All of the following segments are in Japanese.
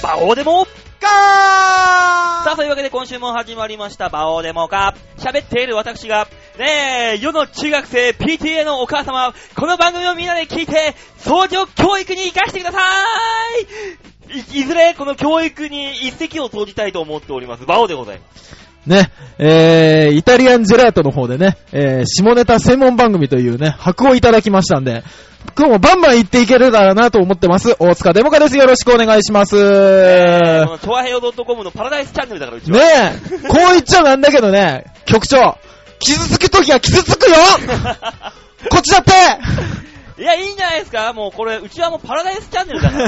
バオデモかさあ、というわけで今週も始まりましたバオデモか。喋っている私が、ねえ、世の中学生 PTA のお母様、この番組をみんなで聞いて、相乗教育に生かしてください。いずれこの教育に一石を投じたいと思っております。バオでございます。 ね、イタリアンジェラートの方でね、下ネタ専門番組というね、箔をいただきましたんで、今日もバンバン言っていけるだろうなと思ってます。大塚デモカです。よろしくお願いします。 このチョアヘヨ .com のパラダイスチャンネルだからうちは。 ねえ、こう言っちゃなんだけどね、局長、傷つくときは傷つくよこっちだっていや、いいんじゃないですか。もうこれ、うちはもうパラダイスチャンネルだから。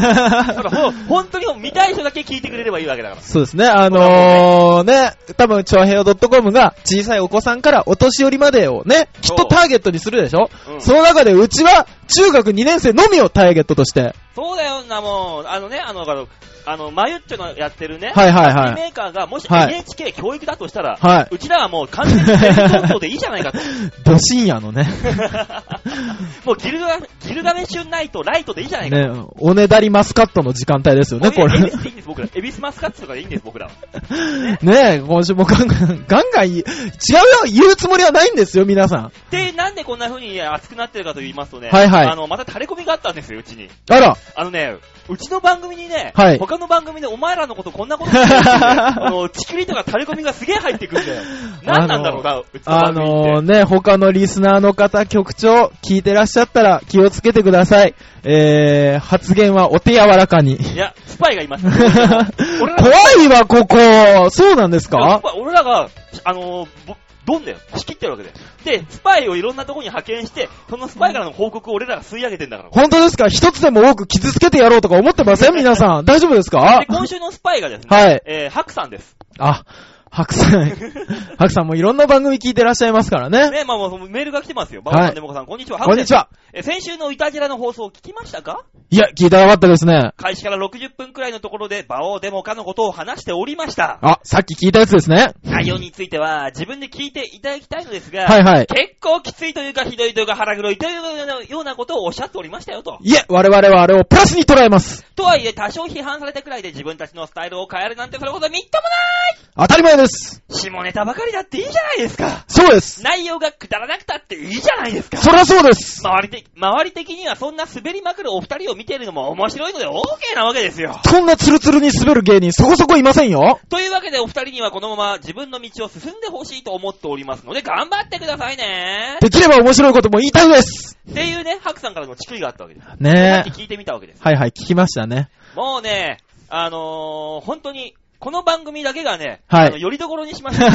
だから本当に見たい人だけ聞いてくれればいいわけだから。 そうですね。ね、多分、チョアヘヨ .com が小さいお子さんからお年寄りまでをね、きっとターゲットにするでしょ。その中でうちは中学2年生のみをターゲットとして。 そうだよな、もう、マユッチョのやってるね、 はいはいはい。 メーカーがもし NHK 教育だとしたら、 はい、 うちらはもう完全にテレビ放送でいいじゃないかと。 ど深夜のね。 もうギルガメッシュナイト、ライトでいいじゃないかと。 ね、おねだりマスカットの時間帯ですよね、これ。 エビスでいいんです、僕ら。エビスマスカットとかでいいんです、僕らは。 ねえ、今週もガンガン違うよ、言うつもりはないんですよ、皆さん。 で、なんでこんな風に熱くなってるかと言いますとね、 はいはい。 また垂れ込みがあったんですよ、うちに。 あら。 うちの番組にね、 はい、 他の番組でお前らのことこんなこと言ってるチクリとか垂れ込みがすげえ入ってくるんだよ。なんなんだろうな、うちの番組って。 ね、他のリスナーの方、局長、聞いてらっしゃったら気をつけてください。発言はお手柔らかに。 いや、スパイがいます。 怖いわ、ここ。そうなんですか？ 俺らが、ドンだよ。仕切ってるわけで。で、スパイをいろんなところに派遣して、そのスパイからの報告を俺らが吸い上げてんだから。 本当ですか？一つでも多く傷つけてやろうとか思ってません？皆さん。大丈夫ですか？ で、今週のスパイがですね、 はい。 ハクさんです。 あ、ハクさん。ハクさんもいろんな番組聞いてらっしゃいますからね。 ね、まあもうメールが来てますよ。バオさん、デモカさん、こんにちは。 こんにちは。 先週のイタジラの放送を聞きましたか？ いや、聞いてなかったですね。 開始から60分くらいのところで、バオデモカのことを話しておりました。 あ、さっき聞いたやつですね。 内容については、自分で聞いていただきたいのですが、 はいはい。 結構きついというか、ひどいというか、腹黒いというようなことをおっしゃっておりましたよと。 いえ、我々はあれをプラスに捉えます。 とはいえ、多少批判されたくらいで自分たちのスタイルを変えるなんてそれほどみっともない！当たり前です。 下ネタばかりだっていいじゃないですか。 そうです。 内容がくだらなくたっていいじゃないですか。 そりゃそうです。 周り的にはそんな滑りまくるお二人を見ているのも面白いので OK なわけですよ。 そんなツルツルに滑る芸人そこそこいませんよ。 というわけでお二人にはこのまま自分の道を進んでほしいと思っておりますので頑張ってくださいね。 できれば面白いことも言いたいです。 っていうね、ハクさんからのチクリがあったわけです。 ねさっき聞いてみたわけです。 はいはい、聞きましたね。 もうね、本当に、この番組だけがね、 はい、 よりどころにしました。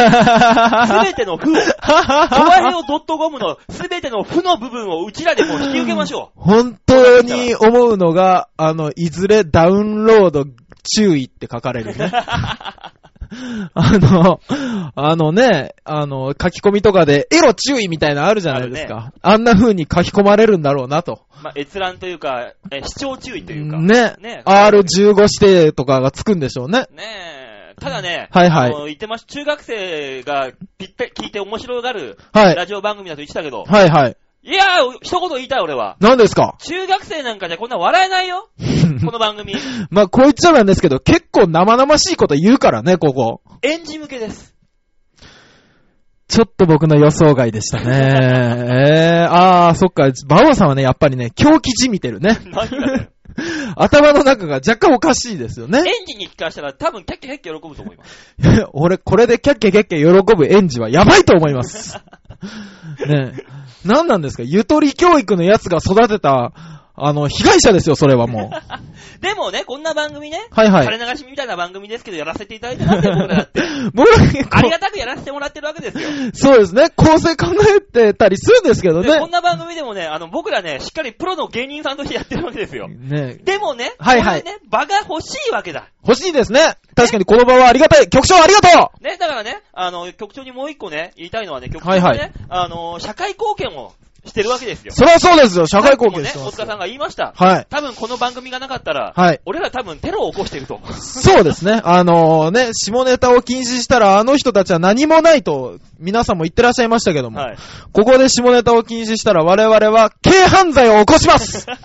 すべての負を、チョアヘヨ .com のすべての負の部分をうちらでもう引き受けましょう。 本当に思うのが、いずれダウンロード注意って書かれるね。ね、書き込みとかでエロ注意みたいなのあるじゃないですか。ね、あんな風に書き込まれるんだろうなと。 まあ、閲覧というか、視聴注意というか。 ね。R15 指定とかがつくんでしょうね。 ねえ。ただね、 はいはい。 言ってました。中学生が聞いて面白がる、 はい、 ラジオ番組だと言ってたけど。 はいはい。 いやー、一言言いたい俺は。 何ですか？ 中学生なんかじゃこんな笑えないよ。この番組。 まあ、こう言っちゃなんですけど、結構生々しいこと言うからね、ここ。 園児向けです。 ちょっと僕の予想外でしたね。そっか。馬王さんはね、やっぱりね、狂気じみてるね。 何がね。 頭の中が若干おかしいですよね。 園児に聞かしたら多分キャッキャキャッキャ喜ぶと思います。 俺、これでキャッキャキャッキャ喜ぶ園児はやばいと思います。ねえ。何なんですか？ゆとり教育のやつが育てた、被害者ですよ、それはもう。 でもね、こんな番組ね。 はいはい。 垂れ流しみたいな番組ですけど、やらせていただいてなんて僕らだって。ありがたくやらせてもらってるわけですよ。 そうですね。構成考えてたりするんですけどね。 こんな番組でもね、僕らね、しっかりプロの芸人さんとしてやってるわけですよ。 ね。 でもね、 はいはい。 これね、場が欲しいわけだ。 欲しいですね。確かにこの場はありがたい。局長ありがとうね、だからね、局長にもう一個ね、言いたいのはね、局長はね、はいはい、社会貢献をしてるわけですよ。 そりゃそうですよ。社会貢献してます。 大塚さんが言いました。 はい。 多分この番組がなかったら、 はい。 俺ら多分テロを起こしてると。 そうですね。ね、下ネタを禁止したらあの人たちは何もないと皆さんも言ってらっしゃいましたけども、はい。ここで下ネタを禁止したら我々は軽犯罪を起こします。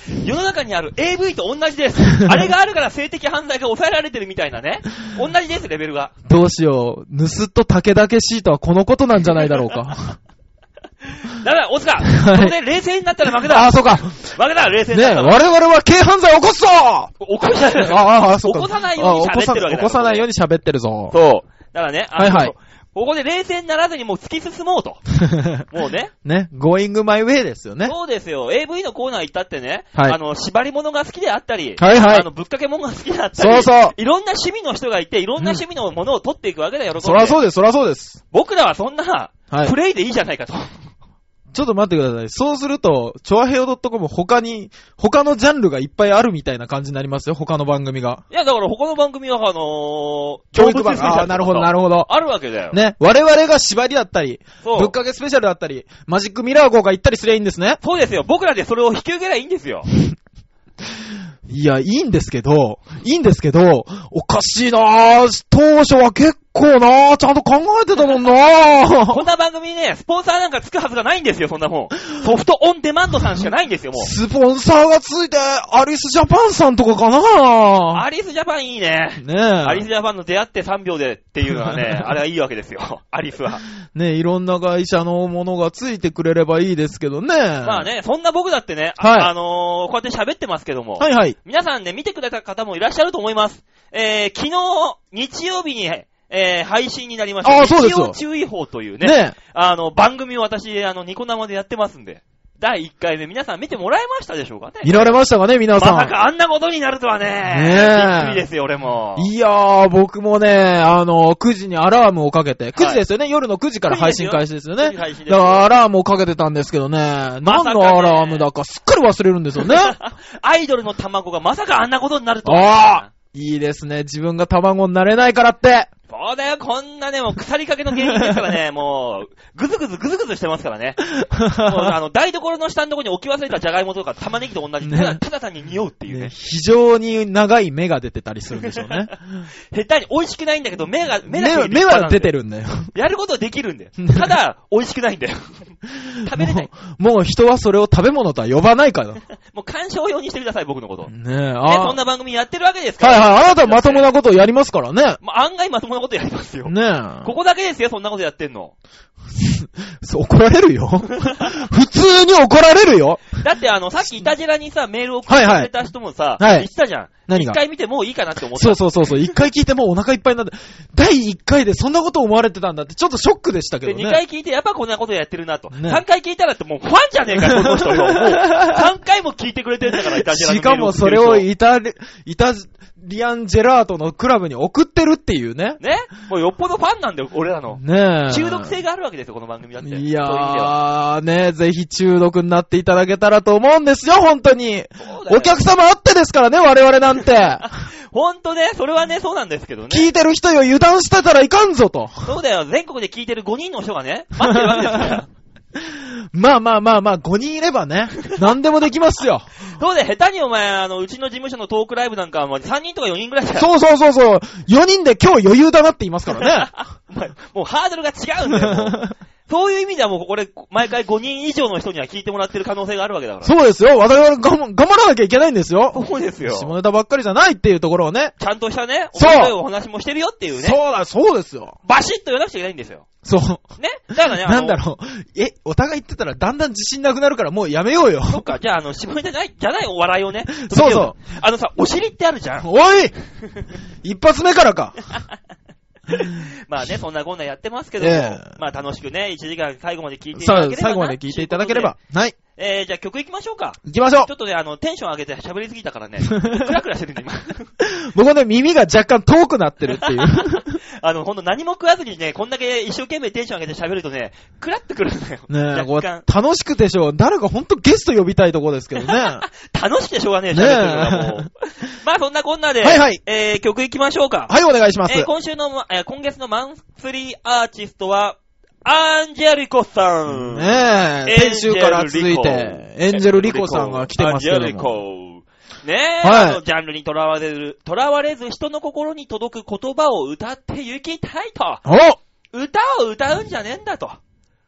世の中にある AV と同じです。あれがあるから性的犯罪が抑えられてるみたいなね。同じです、レベルが。 どうしよう。盗っと竹だけシートはこのことなんじゃないだろうか。 だから、大塚、そこで冷静になったら負けだ。 あ、そうか。 負けだ、冷静になったら。 ねえ、我々は軽犯罪を起こすぞ起こさない。 そうか。 起こさないように喋ってるわけだ。 起こさないように喋ってるぞ。 そう。だからね、 はいはい。 ここで冷静にならずにもう突き進もうと。もうね。 ね、going my way ですよね。 そうですよ。AV のコーナー行ったってね、 はい、 縛り物が好きであったり、 はいはい。 ぶっかけ物が好きであったり、 そうそう。 いろんな趣味の人がいて、いろんな趣味のものを取っていくわけだよ、 そらそうです、そらそうです。 僕らはそんな、 はい、 プレイでいいじゃないかと。 ちょっと待ってください。そうすると、チョアヘオ .com 他のジャンルがいっぱいあるみたいな感じになりますよ、他の番組が。 いや、だから他の番組は、 教育番組。ああ、なるほど、なるほど。 あるわけだよ。 ね。我々が縛りだったり、ぶっかけスペシャルだったり、マジックミラー号が行ったりすりゃいいんですね。 そうですよ。僕らでそれを引き受けりゃいいんですよ。 いや、いいんですけど、おかしいなぁ。当初は結構なぁ、ちゃんと考えてたもんなぁ。 こんな番組にね、スポンサーなんかつくはずがないんですよ、そんなもん。ソフトオンデマンドさんしかないんですよ、もう。 スポンサーがついて、アリスジャパンさんとかかなぁ。 アリスジャパンいいね。 ねえ。 アリスジャパンの出会って3秒でっていうのはね、あれはいいわけですよ、アリスは。 ねえ、いろんな会社のものがついてくれればいいですけどね。 まあね、そんな僕だってね、 はい、 こうやって喋ってますけども。 はいはい。 皆さんね、見てくれた方もいらっしゃると思います。昨日、日曜日に、配信になりました。 そうですよ。 日曜注意報というね。番組を私、ニコ生でやってますんで。第1回目、皆さん見てもらえましたでしょうかね。 見られましたかね、皆さん。 まさかあんなことになるとはね。びっくりですよ、俺も。 いやー、僕もね、9時にアラームをかけて、9時ですよね、夜の9時から配信開始ですよね。だからアラームをかけてたんですけどね、何のアラームだかすっかり忘れるんですよね。 アイドルの卵がまさかあんなことになるとは。いいですね、自分が卵になれないからって。 そうだよ、こんなね、もう腐りかけの原因ですからね、もう、ぐずぐずしてますからね。もう台所の下のところに置き忘れたジャガイモとか玉ねぎと同じで、ね、ただ単に匂うっていうね。 非常に長い芽が出てたりするんでしょうね。 下手に美味しくないんだけど、芽は出てるんだよ。 やることできるんだよ。ただ、美味しくないんだよ。食べれない。 もう人はそれを食べ物とは呼ばないから。もう鑑賞用にしてください、僕のこと。 ねえ、 そんな番組やってるわけですから。 はいはい、あなたはまともなことをやりますからね。 案外まともなことやりますよ。 ねえ。 ここだけですよ、そんなことやってんの。 怒られるよ。普通に怒られるよ。 だってさっきイタジェラにさ、メールを送ってくれた人もさ、言ってたじゃん。 何が？ 一回見てもういいかなって思った。 そう。一回聞いてもうお腹いっぱいになって、第一回でそんなこと思われてたんだってちょっとショックでしたけどね。 で、二回聞いてやっぱこんなことやってるなと。ね、3回聞いたらってもうファンじゃねえか、この人よ。もう3回も聞いてくれてるんだから、イタジェラのメール。 しかもそれをイタリアンジェラートのクラブに送ってるっていうね。 ね？もうよっぽどファンなんだよ、俺らの。 ねえ。 中毒性があるわけですよ、この番組だって。 いやー、ね、ぜひ中毒になっていただけたらと思うんですよ、本当に。お客様あってですからね、我々なんて。 ほんとね、それはね、そうなんですけどね。 聞いてる人よ、油断してたらいかんぞと。 そうだよ、全国で聞いてる5人の人がね、待ってるわけですから。 まあ、5人いればね、何でもできますよ。 そうで、下手にお前、うちの事務所のトークライブなんかはもう3人とか4人ぐらいじゃん。 そう。4人で今日余裕だなって言いますからね。 お前、もうハードルが違うんだよ、もう。そういう意味ではもうこれ、毎回5人以上の人には聞いてもらってる可能性があるわけだから。 そうですよ。我々頑張らなきゃいけないんですよ。 そうですよ。 下ネタばっかりじゃないっていうところをね。 ちゃんとしたね、面白いお話もしてるよっていうね。 そうですよ。 バシッと言わなくちゃいけないんですよ。 そう。 ね。だからね、 なんだろう。お互い言ってたらだんだん自信なくなるからもうやめようよ。 そっか、じゃあ下ネタじゃないお笑いをね。 そう。 さ、お尻ってあるじゃん。 おい一発目からか。 まあね、そんなこんなやってますけども、まあ楽しくね、1時間最後まで聞いていただければ。 最後まで聞いていただければ。はい。 じゃあ曲行きましょうか。 行きましょう。 ちょっとね、テンション上げて喋りすぎたからね、クラクラしてるんで今。 僕はね、耳が若干遠くなってるっていう。 ほんと何も食わずにね、こんだけ一生懸命テンション上げて喋るとね、クラってくるんだよ。 ねえ、これ楽しくてしょう。誰かほんとゲスト呼びたいとこですけどね。 楽しくてしょうがねえ、喋ってるのがもう。まあそんなこんなで、 はい、 曲行きましょうか。 はい、お願いします。 今月のマンスリーアーティストは、アンジェリコさん。 ねえ、先週から続いて、エンジェルリコさんが来てますけども。 アンジェリコ。ねえ、 はい、 ジャンルにとらわれず人の心に届く言葉を歌って行きたいと。歌を歌うんじゃねえんだと。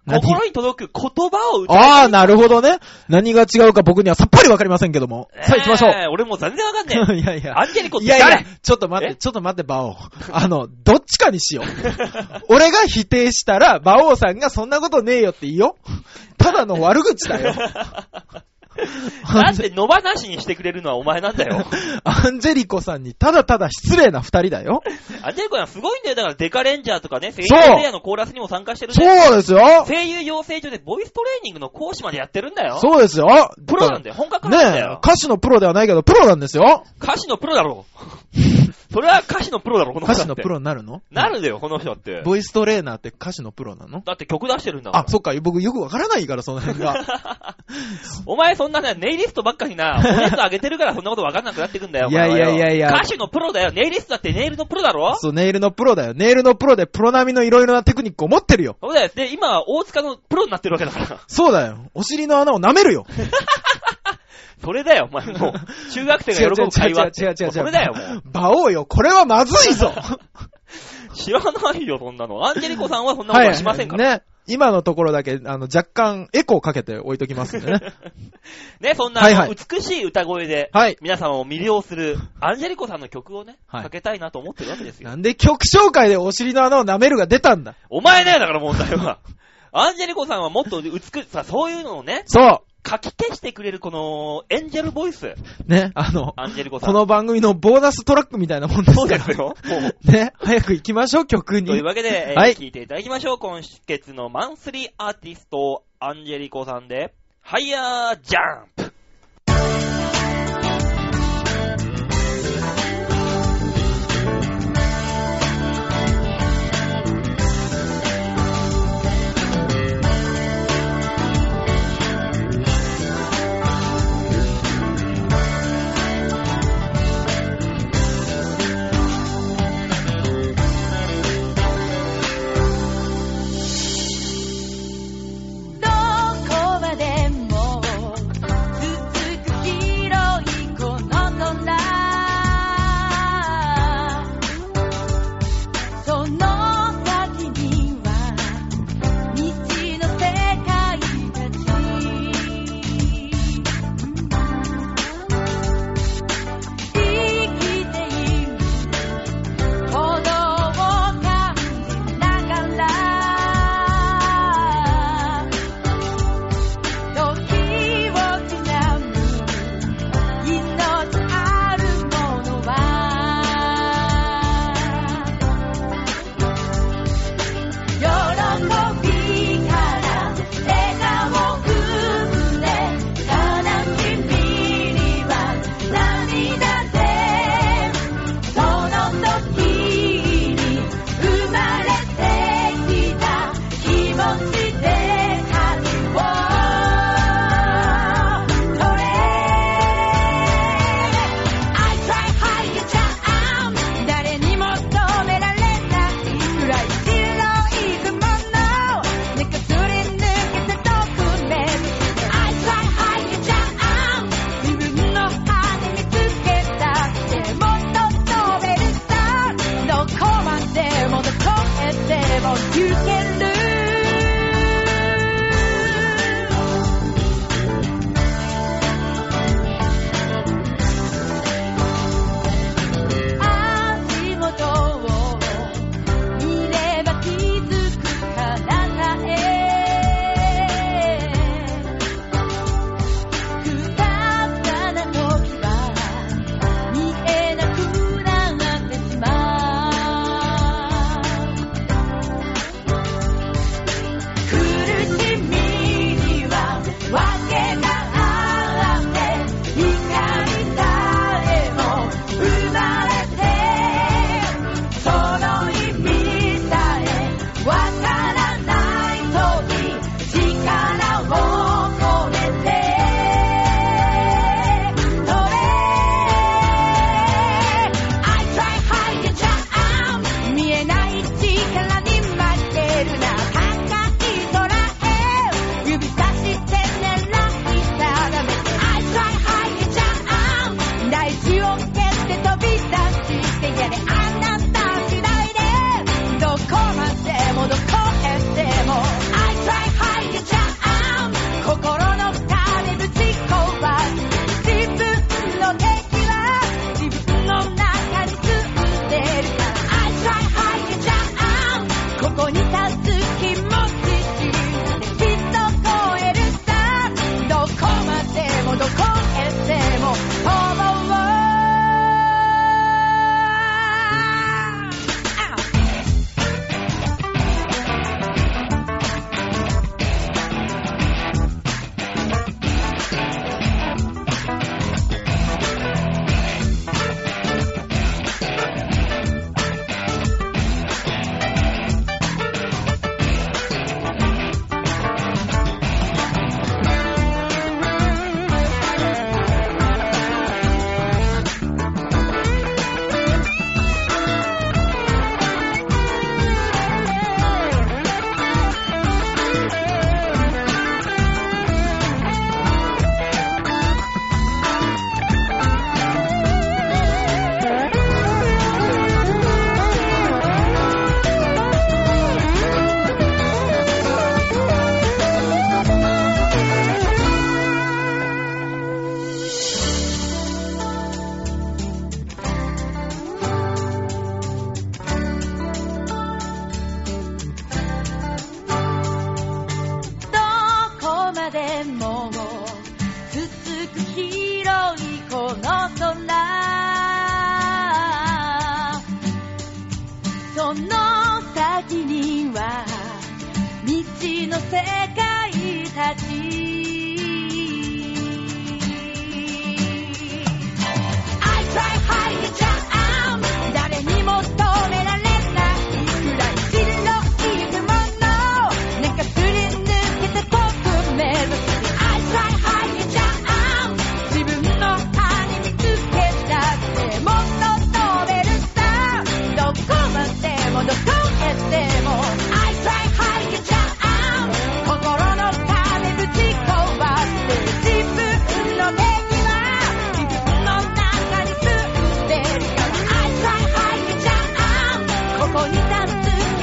心に届く言葉を歌う。 ああ、なるほどね。何が違うか僕にはさっぱりわかりませんけども。さあ行きましょう。 俺もう全然わかんねえ。 いやいや。 アンジェリコって誰？ いやいや、ちょっと待って、バオ。どっちかにしよう。俺が否定したら、バオさんがそんなことねえよって言いよ。ただの悪口だよ。 だって野放しにしてくれるのはお前なんだよ。 アンジェリコさんにただただ失礼な二人だよ。 アンジェリコさんすごいんだよ。だからデカレンジャーとかね、声優レイヤーのコーラスにも参加してるんだよ。 そうですよ。 声優養成所でボイストレーニングの講師までやってるんだよ。 そうですよ。 プロなんだよ。本格なんだよ。 ねえ、歌手のプロではないけど、プロなんですよ。 歌手のプロだろ。それは歌手のプロだろ、この人だって。 歌手のプロになるの？ なるんだよ、この人だって。 ボイストレーナーって歌手のプロなの？ だって曲出してるんだもん。 あ、そっか、僕よくわからないから、その辺が。 お前そんなね、ネイリストばっかりな、おやつ上げてるからそんなことわかんなくなってくんだよ。 いやいやいやいや。 歌手のプロだよ。ネイリストだってネイルのプロだろ？ そう、ネイルのプロだよ。ネイルのプロでプロ並みのいろいろなテクニックを持ってるよ。 そうだよ。で、今は大塚のプロになってるわけだから。 そうだよ。お尻の穴を舐めるよ。 それだよ、お前もう。中学生が喜ぶ会話って。 違う。 それだよ、もう。 馬王よ、これはまずいぞ。 知らないよ、そんなの。アンジェリコさんはそんなことはしませんから。 ね。今のところだけ、若干、エコーかけて置いときますんでね。 ね、そんな、美しい歌声で、皆様を魅了する、アンジェリコさんの曲をね、かけたいなと思ってるわけですよ。 なんで曲紹介でお尻の穴を舐めるが出たんだ。 お前ね、だから問題は。アンジェリコさんはもっと美しさ、そういうのをね、 そう。 書き消してくれるこのエンジェルボイス。 ね、 アンジェリコさん。 この番組のボーナストラックみたいなもんですから。 そうですよ。 ね、早く行きましょう、曲に。 というわけで、聞いていただきましょう。今月のマンスリーアーティスト、アンジェリコさんで、ハイヤージャンプ。 どこまでも続く中でもつつく広いこの空、その先には未知の世界たち、I try hard to jump 誰にも止められないくらい白い雲の中すり抜けて僕目指す I try hard to jump 自分の羽につけたくてもっと飛べるさ、どこまでもどこへでも I try hard to jump 心の壁ぶち壊して自分の敵ここに立つ気持ち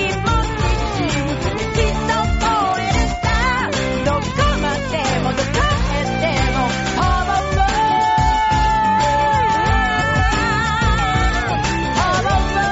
きっと燃えるさ、どこまでもどこへでも飛ぼう飛ぼう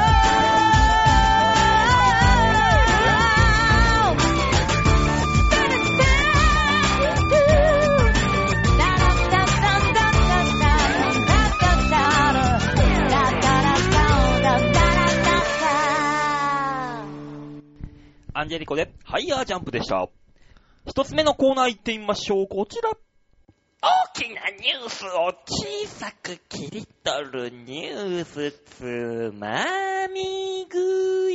アンジェリコでハイヤージャンプでした。一つ目のコーナー行ってみましょう。こちら。大きなニュースを小さく切り取るニュースつまみ食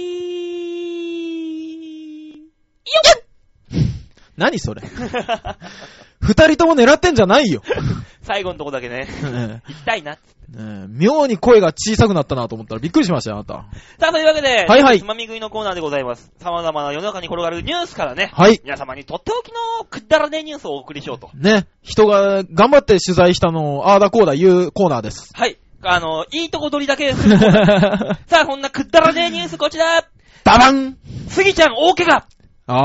い。よっ何それ二人とも狙ってんじゃないよ最後のとこだけね行きたいなっつって、 妙に声が小さくなったなと思ったらびっくりしましたよ、あなた。 さあ、というわけで、 はいはい、 つまみ食いのコーナーでございます。様々な世の中に転がるニュースからね、 はい、 皆様にとっておきのくだらねえニュースをお送りしようと。 ね、人が頑張って取材したのをあーだこうだ言うコーナーです。 はい、いいとこ取りだけするコーナーさあ、こんなくだらねえニュースこちら。 ダバンスギちゃん大怪我。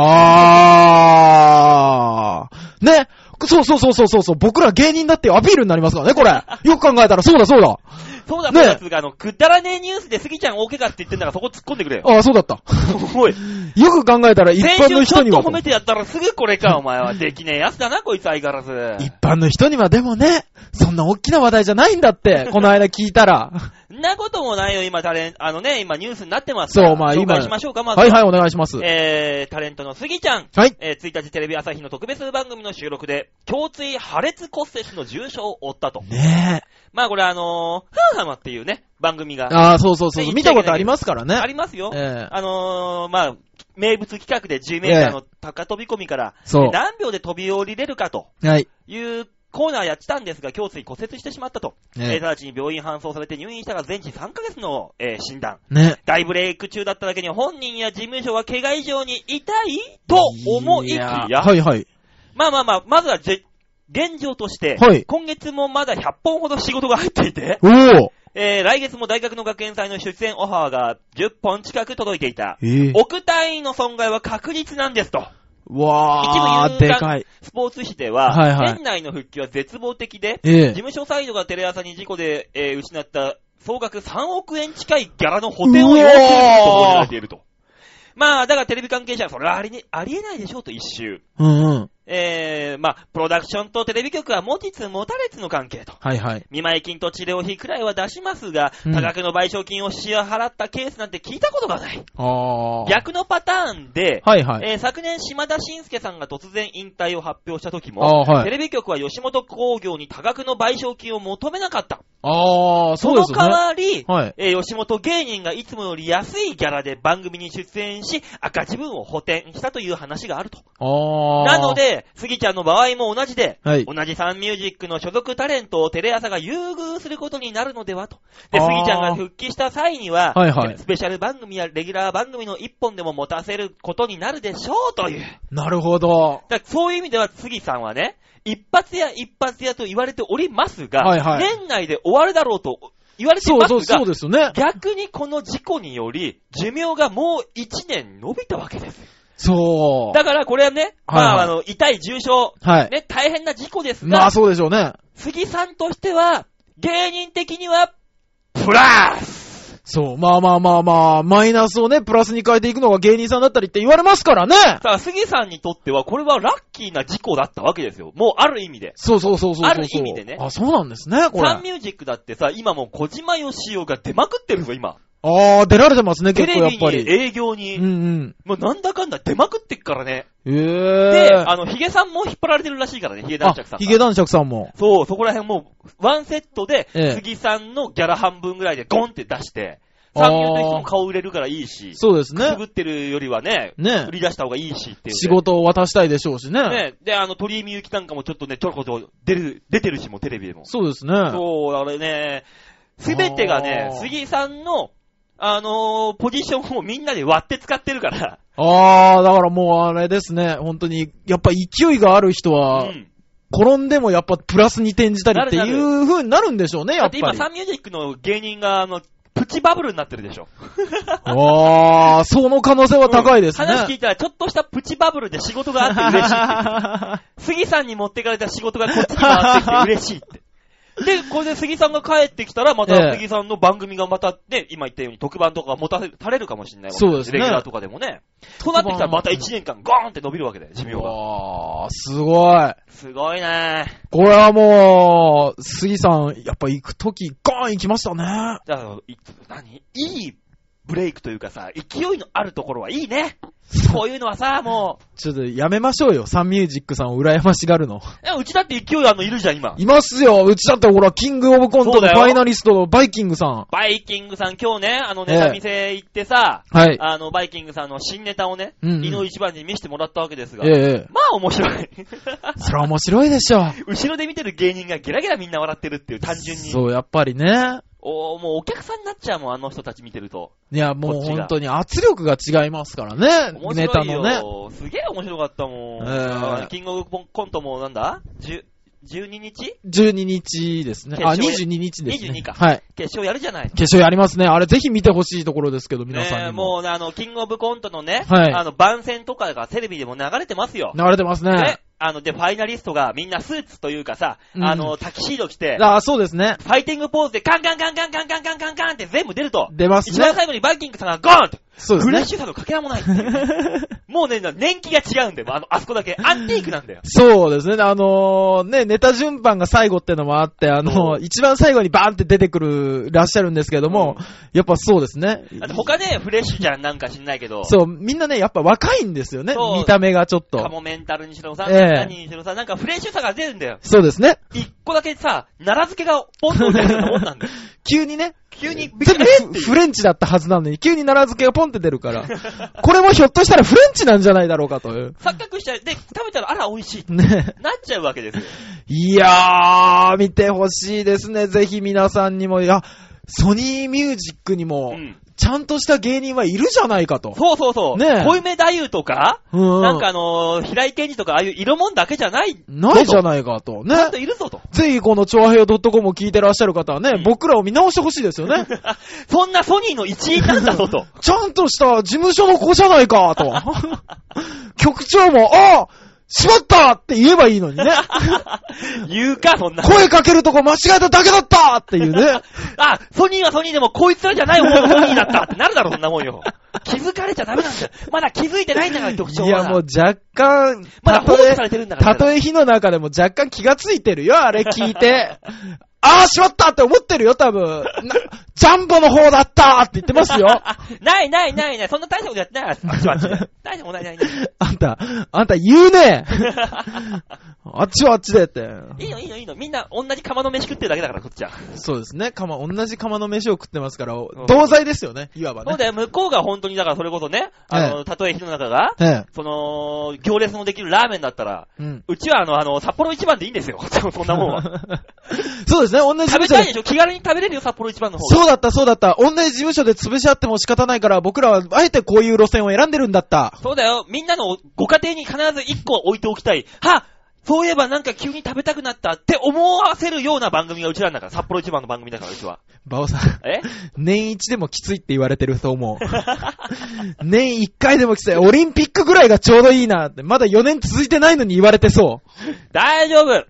ね、そう、僕ら芸人だっていうアピールになりますからね、これ。よく考えたら、そうだ。 そうだ、ね、くだらねえニュースでスギちゃん大怪我って言ってんだからそこ突っ込んでくれよ。 ああ、そうだった。 おい。 よく考えたら一般の人には。 先週ちょっと褒めてやったらすぐこれか、お前は。できねえやつだな、こいつ相変わらず。 一般の人にはでもね、そんな大きな話題じゃないんだって、この間聞いたら。 んなこともないよ、今今ニュースになってますから。 そう、まあ今。 紹介しましょうか、まずは。 はい、お願いします。 タレントのスギちゃん。 はい。 1日テレビ朝日の特別番組の収録で、胸椎破裂骨折の重傷を負ったと。 ねえ。 まあこれフーハマっていうね、番組が。 ああ、そう。見たことありますからね。 ありますよ。まあ、名物企画で10メーターの高飛び込みから、何秒で飛び降りれるかと。はい。いうコーナーやってたんですが、胸椎骨折してしまったと。直ちに病院搬送されて入院したが全治3ヶ月の、診断。ね。大ブレイク中だっただけに本人や事務所は怪我以上に痛いと思いきや。 はいはい。 まずは現状として、はい、今月もまだ100本ほど仕事が入っていて、来月も大学の学園祭の出演オファーが10本近く届いていた。億単位の損害は確実なんですと。 わー、でかい。 スポーツ紙では、はいはい、年内の復帰は絶望的で、事務所サイドがテレ朝に事故で、失った総額3億円近いギャラの補填を要求すると報じられていると。まあ、だからテレビ関係者はそれはありえないでしょうと一周。まあ、プロダクションとテレビ局は持ちつ持たれつの関係と。はいはい。見舞い金と治療費くらいは出しますが、多額の賠償金を支払ったケースなんて聞いたことがない。逆のパターンで、はいはい。昨年島田紳介さんが突然引退を発表した時も、はい、テレビ局は吉本興業に多額の賠償金を求めなかった。そうですね。その代わり、はい、吉本芸人がいつもより安いギャラで番組に出演し、赤字分を補填したという話があると。なので、スギちゃんの場合も同じで、はい、同じサンミュージックの所属タレントをテレ朝が優遇することになるのではと。で、スギちゃんが復帰した際には、はいはい、スペシャル番組やレギュラー番組の一本でも持たせることになるでしょうという。 なるほど。 だそういう意味では、スギさんはね、一発屋と言われておりますが、はいはい、年内で終わるだろうと言われてますが、そうですね。逆にこの事故により、寿命がもう1年伸びたわけです。そう。だからこれはね、はいはい、まあ痛い重傷、はい、ね、大変な事故ですが、 まあそうでしょうね。 杉さんとしては、芸人的には、プラスそう、まあ、マイナスをね、プラスに変えていくのが芸人さんだったりって言われますからね。 だから杉さんにとっては、これはラッキーな事故だったわけですよ。もうある意味で。 そう。 ある意味でね。 あ、そうなんですね、これ。 サンミュージックだってさ、今もう小島よしおが出まくってるぞ、今。 あー、出られてますね、 テ結構やっぱり。 レビに営業に。もうなんだかんだ出まくってっからね。 で、 ヒゲさんも引っ張られてるらしいからね、ヒゲ男爵さん。 ヒゲ男爵さんも。 そう、そこら辺もう、ワンセットで、 ええ杉さんのギャラ半分ぐらいでゴンって出して、サンミューの人も顔売れるからいいし、 そうですね。 くすぶってるよりはね、売り出した方がいいしっていう、ね。 仕事を渡したいでしょうしね。 ね。で、鳥居みゆきなんかもちょっとね、ちょろこと出てるしも、テレビでも。 そうですね。 そう、あれね、すべてがね、杉さんの、ポジションをみんなで割って使ってるから。 だからもうあれですね、本当に、やっぱ勢いがある人は、転んでもやっぱプラスに転じたりっていう風になるんでしょうね、やっぱり。 だって今サンミュージックの芸人がプチバブルになってるでしょ。 その可能性は高いですね。 話聞いたらちょっとしたプチバブルで仕事があって嬉しいって。杉さんに持ってかれた仕事がこっちに回ってきて嬉しいって。で、これで杉さんが帰ってきたら、また杉さんの番組がまたね、今言ったように特番とか持たれるかもしれないわけそうですね。 レギュラーとかでもね。となってきたらまた1年間ゴーンって伸びるわけだよ、寿命が。 すごい。 すごいね。 これはもう、杉さん、やっぱ行くとき、ゴーン行きましたね。 だから、いいブレイクというかさ、勢いのあるところはいいね。こういうのはさ、もう。 ちょっとやめましょうよ、サンミュージックさんを羨ましがるの。 うちだって勢いいるじゃん、今。 いますよ、うちだってほら、キングオブコントのファイナリストのバイキングさん。 バイキングさん今日ね、ネタ見せ行ってさ、 はい。 バイキングさんの新ネタをね、井の一番に見せてもらったわけですが、まあ面白い。 それは面白いでしょ。 後ろで見てる芸人がゲラゲラみんな笑ってるっていう単純に。 そう、やっぱりね。 もうお客さんになっちゃうもん、あの人たち見てると。 いや、もう本当に圧力が違いますからね、ネタのね。 すげえ面白かったもん。キングオブコントもなんだ12日 ?12 日ですね。22日ですね。 22か。 はい。 決勝やるじゃない。 決勝やりますね。あれぜひ見てほしいところですけど、皆さんにも。 もうキングオブコントのね、 はい。 番宣とかがテレビでも流れてますよ。 流れてますね。 で、ファイナリストがみんなスーツというかさ、タキシード着て、 そうですね。 ファイティングポーズでカンカンカンカンカンカンカンカンカンって全部出ると。 出ますね。 一番最後にバイキングさんがゴーンと。 そうですね。 フレッシュさのかけらもないっていう。もうね、年季が違うんだよ。あそこだけ。アンティークなんだよ。 そうですね。ネタ順番が最後ってのもあって、一番最後にバーンって出てくるらっしゃるんですけども、やっぱそうですね。 他ね、フレッシュじゃんなんか知んないけど。 そう、みんなね、やっぱ若いんですよね。見た目がちょっと。 カモメンタルにしろさ、何にしろさ、なんかフレッシュさが出るんだよ。 そうですね。 一個だけさ、奈良漬けがポンと置いてるようなもんなんだよ。 急にね。 全部フレンチだったはずなのに、急に奈良漬けがポンって出るから。これもひょっとしたらフレンチなんじゃないだろうかという。 錯覚しちゃう。で、食べたらあら美味しい。 ね。なっちゃうわけですよ。 いやー、見てほしいですね。ぜひ皆さんにも。いや、ソニーミュージックにも、ちゃんとした芸人はいるじゃないかと。 そう。ね。小梅太夫とか、なんか平井健二とかああいう色もんだけじゃない。 ないじゃないかと。ね。 ちゃんといるぞと。 ぜひこのチョアヘヨ .com を聞いてらっしゃる方はね、僕らを見直してほしいですよね。 そんなソニーの一員なんだぞと。 ちゃんとした事務所の子じゃないかと。局長も、しまったって言えばいいのにね。 言うか、そんな。 声かけるとこ間違えただけだったっていうね。 ソニーはソニーでもこいつらじゃない方のソニーだったってなるだろ、そんなもんよ。気づかれちゃダメなんだよ。まだ気づいてないんだから、局長は。 いや、もう若干、 まだ放置されてるんだから。 たとえ火の中でも若干気がついてるよ、あれ聞いて。しまったって思ってるよ、多分。ジャンボの方だったって言ってますよ。 ない。そんな大したことやってない。大したことない。 あんた言うね。あっちはあっちでって。 いいの。みんな同じ釜の飯食ってるだけだから、こっちは。 そうですね。同じ釜の飯を食ってますから、同罪ですよね、いわばね。 そうだよ、向こうが本当に、だからそれこそね、たとえ火の中が、行列のできるラーメンだったら、うちは札幌一番でいいんですよ。そんなもんは。 そうですね、同じ食べたいでしょ、気軽に食べれるよ、札幌一番の方が。 そうだった。同じ事務所で潰し合っても仕方ないから、僕らはあえてこういう路線を選んでるんだった。 そうだよ、みんなのご家庭に必ず1個置いておきたい。そういえばなんか急に食べたくなったって思わせるような番組がうちらんだから、札幌一番の番組だから、うちは。 バオさん。年一でもきついって言われてると思う。年1回でもきつい。オリンピックぐらいがちょうどいいなって。まだ4年続いてないのに言われてそう。 大丈夫。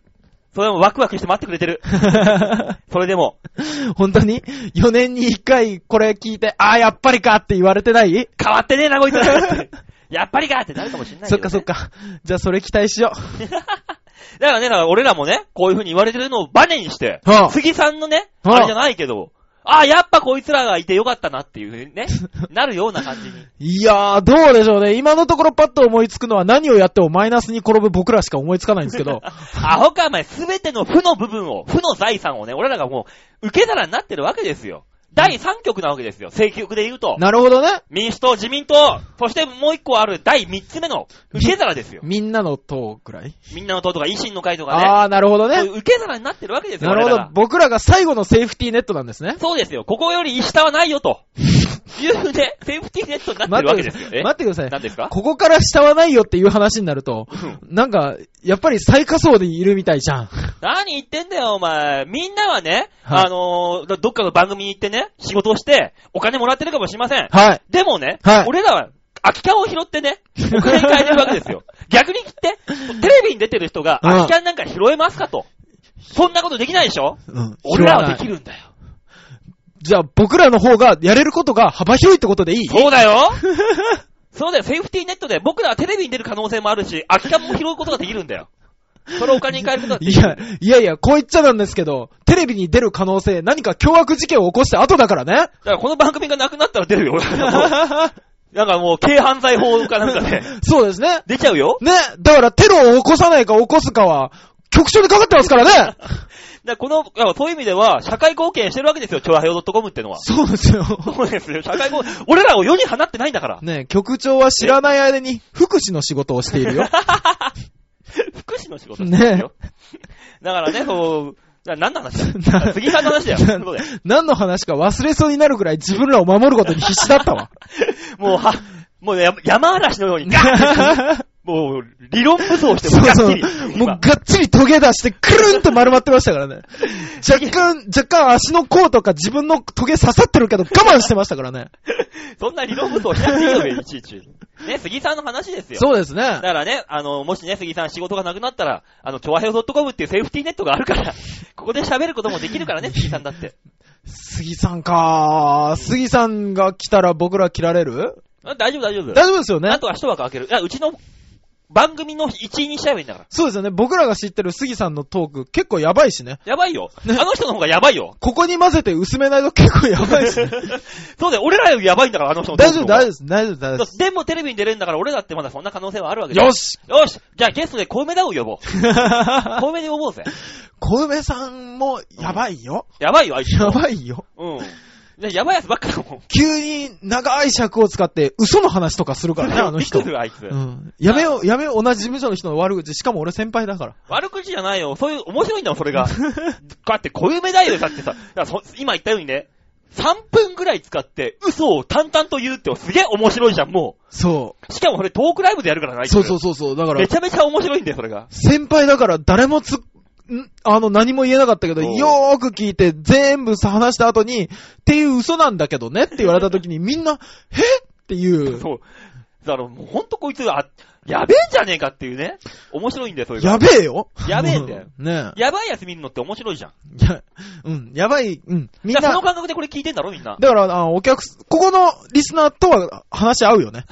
それもワクワクして待ってくれてる。それでも。 本当に ?4 年に1回これ聞いて、やっぱりかって言われてない？ 変わってねえな、こいつらやっぱりかってなるかもしんないけど、ね。 そっか。じゃあそれ期待しよう。 だからね、俺らもね、こういう風に言われてるのをバネにして、杉さんのね、あれじゃないけど、やっぱこいつらがいてよかったなっていう風にね、なるような感じに。 いやー、どうでしょうね。今のところパッと思いつくのは何をやってもマイナスに転ぶ僕らしか思いつかないんですけど。 アホかお前、すべての負の部分を、負の財産をね、俺らがもう、受け皿になってるわけですよ。第3極なわけですよ。政局で言うと。 なるほどね。 民主党、自民党、そしてもう一個ある第3つ目の受け皿ですよ。 みんなの党くらい？ みんなの党とか維新の会とかね。 なるほどね。 そういう受け皿になってるわけですよ。 なるほど。僕らが最後のセーフティーネットなんですね。 そうですよ。ここより下はないよと。いうね、セーフティーネットになってるわけですよ。 待ってください。 何ですか？ ここから下はないよっていう話になると、なんか、やっぱり最下層でいるみたいじゃん。 何言ってんだよ、お前。みんなはね、どっかの番組に行ってね、仕事をして、お金もらってるかもしれません。 はい。 でもね、 はい、 俺らは、空き缶を拾ってね、お金に変えてるわけですよ。逆に言って、テレビに出てる人が空き缶なんか拾えますかと。そんなことできないでしょ？俺らはできるんだよ。 じゃあ僕らの方がやれることが幅広いってことでいい？ そうだよそうだよ、セーフティーネットで僕らはテレビに出る可能性もあるし、空き缶も拾うことができるんだよ。それをお金に変えることができる。 いや、こう言っちゃなんですけど、テレビに出る可能性、何か凶悪事件を起こして後だからね。だからこの番組がなくなったら出るよ。なんかもう、軽犯罪法かなんかね。 そうですね。 出ちゃうよ。 ね。だからテロを起こさないか起こすかは、局所にかかってますからね。 そういう意味では、社会貢献してるわけですよ、ちょわへよ .com ってのは。 そうですよ。 そうですよ、社会貢献。俺らを世に放ってないんだから。 ね、局長は知らない間に、福祉の仕事をしているよ。 福祉の仕事してるよ。ね、だからね、何の話だ杉さんの話だよ。 何の話か忘れそうになるくらい自分らを守ることに必死だったわ。 もう山嵐のようにガーッもう、理論武装してもがっちり。 もうがっちりトゲ出して、くるんと丸まってましたからね。若干足の甲とか自分のトゲ刺さってるけど我慢してましたからね。 そんな理論武装しなくていいよね、いちいち。ね、杉さんの話ですよ。 そうですね。 だからね、もしね、杉さん仕事がなくなったら、ちょわへよ .com っていうセーフティーネットがあるから、ここで喋ることもできるからね、杉さんだって。 杉さんかー。杉さんが来たら僕ら切られる？ 大丈夫。大丈夫ですよね。 なんとか一枠開ける。うちの番組の一員にしちゃえばいいんだから。 そうですよね。僕らが知ってる杉さんのトーク結構やばいしね。 やばいよ。ね、あの人の方がやばいよ。 ここに混ぜて薄めないと結構やばいしね。 そうだよ。俺らよりやばいんだから、あの人のトーク。 大丈夫です。 でもテレビに出れるんだから俺だってまだそんな可能性はあるわけだ。 よしじゃあゲストで小梅田を呼ぼう。小梅で呼ぼうぜ。 小梅さんもやばいよ。 やばいよ、あいつ。 やばいよ。 うん。やばいやつばっかだもん。 急に長い尺を使って嘘の話とかするからね、あの人。 びっくりする、あいつ。 うん。やめよう、同じ事務所の人の悪口。しかも俺先輩だから。 悪口じゃないよ。そういう、面白いんだもん、それが。だって小梅だよ、だってさ。今言ったようにね、3分ぐらい使って嘘を淡々と言うってすげえ面白いじゃん、もう。 そう。 しかもそれトークライブでやるからな、 そう。だから。 めちゃめちゃ面白いんだよ、それが。 先輩だから誰も何も言えなかったけど、よーく聞いて全部話した後に、っていう嘘なんだけどねって言われた時にみんな、っていう。 そう。だからもうほんとこいつが、やべえんじゃねえかっていうね。面白いんだよ、それが。 やべえよ。 やべえんだよ。 ねやばいやつ見るのって面白いじゃん。 やばい、みんな。 その感覚でこれ聞いてんだろ、みんな。 だから、ここのリスナーとは話合うよね。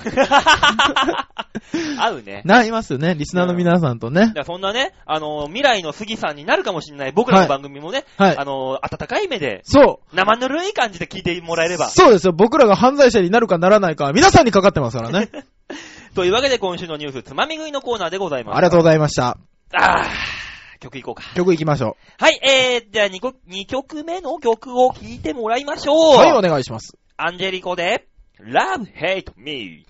合うね。 なりますよね、リスナーの皆さんとね。 そんなね、未来の杉さんになるかもしれない僕らの番組もね、 はい、 温かい目で、 そう。 生ぬるい感じで聞いてもらえれば。 そうですよ、僕らが犯罪者になるかならないかは皆さんにかかってますからね。 というわけで今週のニュース、つまみ食いのコーナーでございます。 ありがとうございました。 曲いこうか。 曲いきましょう。はい、じゃあ2曲目の曲を聴いてもらいましょう。 はい、お願いします。 アンジェリコで、Love Hate Me。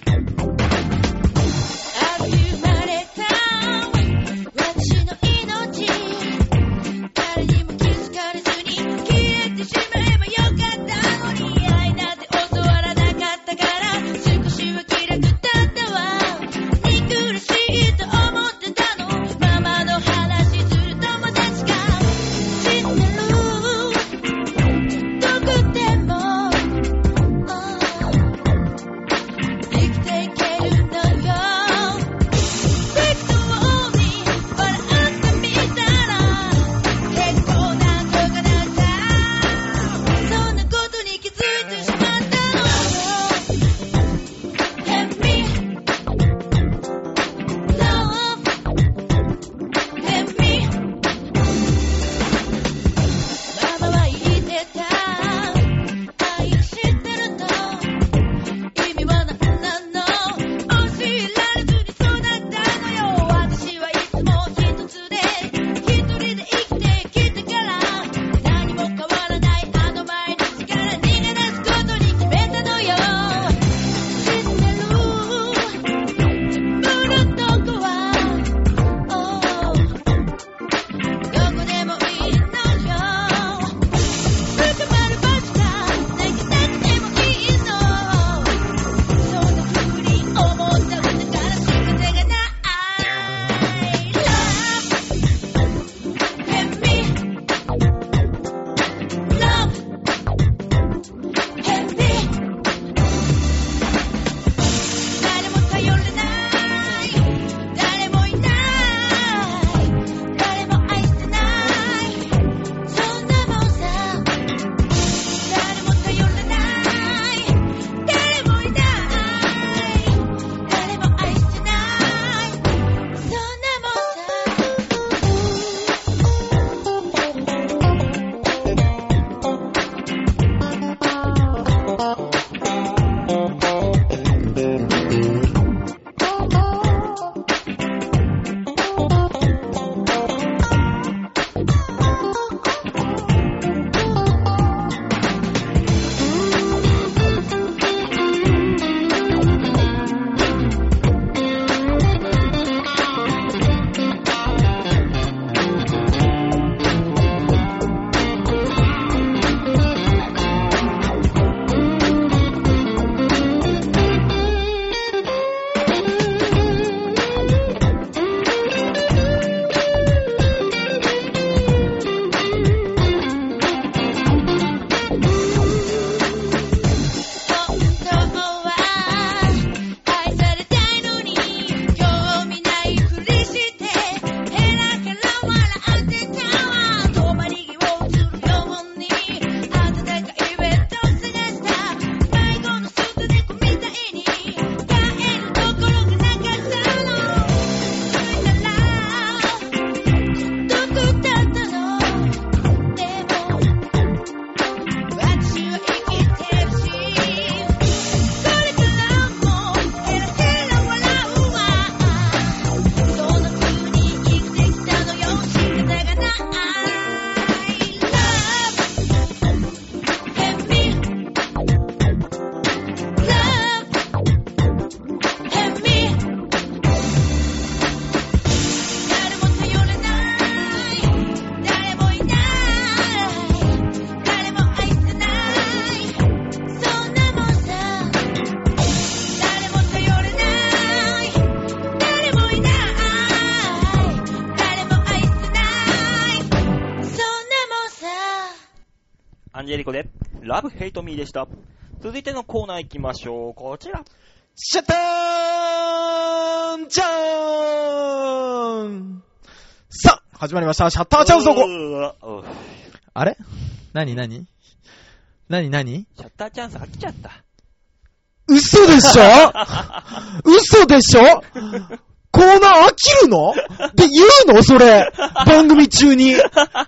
生まれた私の命ンジェリコで、ラブヘイトミーでした。続いてのコーナー行きましょう。こちら。 シャッターンチャーン。さあ、始まりました。シャッターチャンスのコ。あれ？何シャッターチャンス飽きちゃった。 嘘でしょ嘘でしょコーナー飽きるのって言うのそれ。番組中に。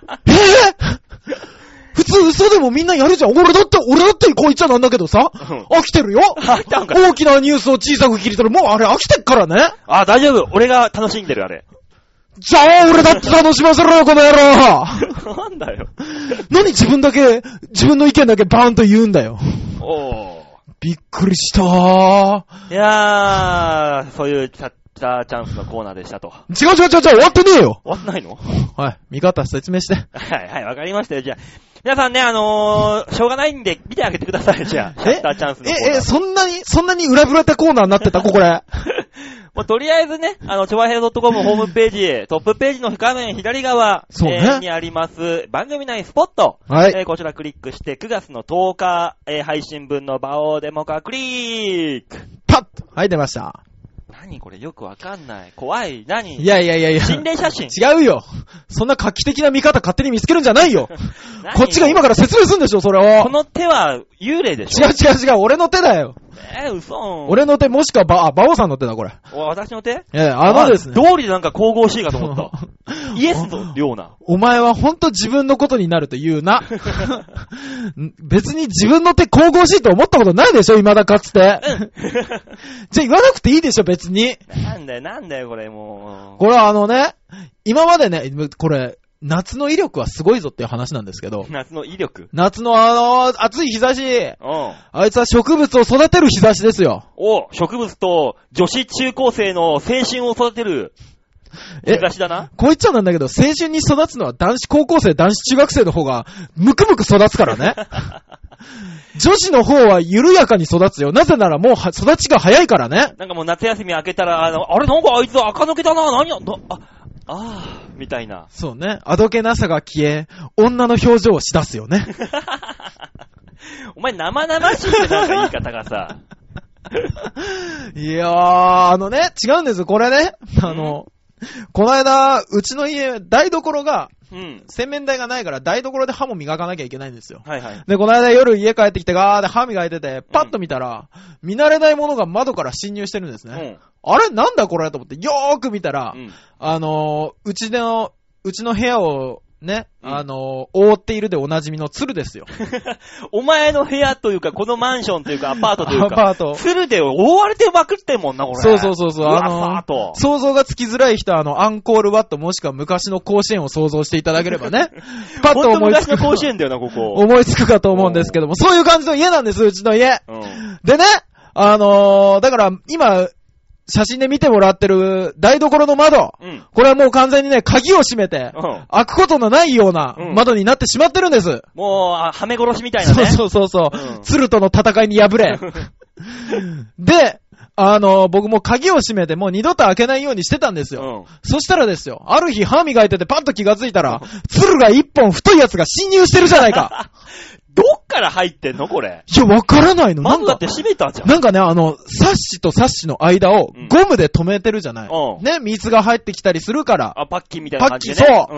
普通嘘でもみんなやるじゃん。俺だってこう言っちゃなんだけどさ。飽きてるよ。大きなニュースを小さく切り取る。もうあれ飽きてっからね。 あ、大丈夫。俺が楽しんでるあれ。 じゃあ俺だって楽しませろよ、この野郎。 なんだよ。 何自分の意見だけバーンと言うんだよ。 おー。 びっくりしたー。 いやー、そういうチャンスのコーナーでしたと。 違う、終わってねえよ。 終わってないの？ はい、見方説明して。 はい、わかりましたよ。じゃあ、皆さんね、しょうがないんで見てあげてください。じゃあ、シャッターチャンスのコーナー。 そんなに裏ぶれたコーナーになってたこれ。 もうとりあえずね、ちょわへい .com ホームページ、トップページの画面左側、にあります、番組内スポット。 はい。 こちらクリックして、9月の10日、配信分のバオデモカクリック。 パッとはい、出ました。 何これよくわかんない。怖い。何？ いや。 心霊写真。 違うよ。そんな画期的な見方勝手に見つけるんじゃないよ。こっちが今から説明するんでしょ、それを。 この手は幽霊でしょ？ 違う。俺の手だよ。 嘘。 俺の手もしくはバオさんの手だ、これ。 私の手？ ですね。 道理でなんか神々しいかと思った。イエスのような。 お前はほんと自分のことになると言うな。別に自分の手神々しいと思ったことないでしょ、未だかつて。じゃあ言わなくていいでしょ、別に。 なんだよ、これもう。 これは今までね、これ、夏の威力はすごいぞっていう話なんですけど。 夏の威力？ 夏の暑い日差し。あいつは植物を育てる日差しですよ。 植物と女子中高生の青春を育てる日差しだな。 こう言っちゃなんだけど、青春に育つのは男子高校生、男子中学生の方がムクムク育つからね。女子の方は緩やかに育つよ。なぜならもう育ちが早いからね。 なんかもう夏休み明けたら、あれなんかあいつ垢抜けたな、何や、みたいな。 そうね。あどけなさが消え、女の表情をし出すよね。 お前生々しいってなんか言い方がさ。 いやー、違うんですよ。これね。この間、うちの家、台所が、洗面台がないから台所で歯も磨かなきゃいけないんですよ。 はいはい。 で、この間夜家帰ってきてガーで歯磨いてて、パッと見たら、見慣れないものが窓から侵入してるんですね。あれなんだこれと思って、よーく見たら、うちの部屋を、ね、覆っているでおなじみの鶴ですよ。 お前の部屋というか、このマンションというか、アパートというか、鶴で覆われてまくってんもんな、これ。 そう。想像がつきづらい人は、アンコールワットもしくは昔の甲子園を想像していただければね。パッと思いつく。 昔の甲子園だよな、ここ。 思いつくかと思うんですけども、そういう感じの家なんです、うちの家。でね、だから今、写真で見てもらってる台所の窓。これはもう完全にね、鍵を閉めて、開くことのないような窓になってしまってるんです。 もう、はめ殺しみたいなね。 そう。鶴との戦いに敗れ。で、僕も鍵を閉めてもう二度と開けないようにしてたんですよ。そしたらですよ、ある日歯磨いててパッと気がついたら、鶴が一本太いやつが侵入してるじゃないか。 どっから入ってんのこれ。 いや、わからないの。 なんだって閉めたじゃん。 なんかね、サッシとサッシの間をゴムで止めてるじゃない。ね、水が入ってきたりするから。 パッキンみたいな感じでね。そう。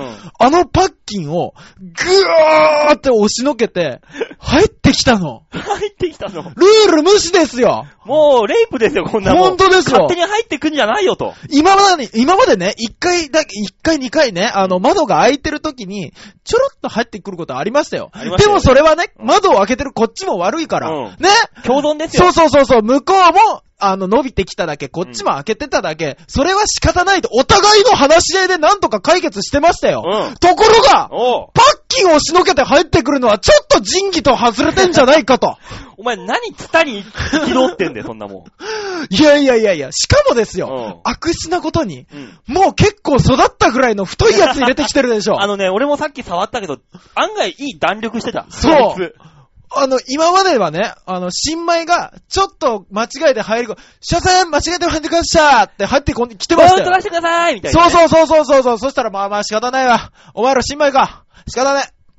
パッキンをぐーって押しのけて、入ってきたの。 ルール無視ですよ。 もう、レイプですよ、こんなもん。 本当ですよ。 勝手に入ってくんじゃないよと。 今までね、1回、2回ね、窓が開いてる時に、ちょろっと入ってくることありましたよ。でもそれはね、窓を開けてるこっちも悪いから。ね。 共存ですよ。 そう。向こうも、伸びてきただけ、こっちも開けてただけ、それは仕方ないと、お互いの話し合いでなんとか解決してましたよ。ところが、パッキンを押しのけて入ってくるのはちょっと仁義と外れてんじゃないかと。 お前何ツタに憤ってんだよ、そんなもん。 いや、しかもですよ、悪質なことに、もう結構育ったぐらいの太いやつ入れてきてるでしょ。 俺もさっき触ったけど、案外いい弾力してた。 そう。今まではね、新米が、ちょっと間違えて入る、所詮間違えて入ってくださいって入ってきてましたよ。 取らせてくださいみたいな、ね。 そう。そしたらまあ仕方ないわ。お前ら新米か。仕方ない。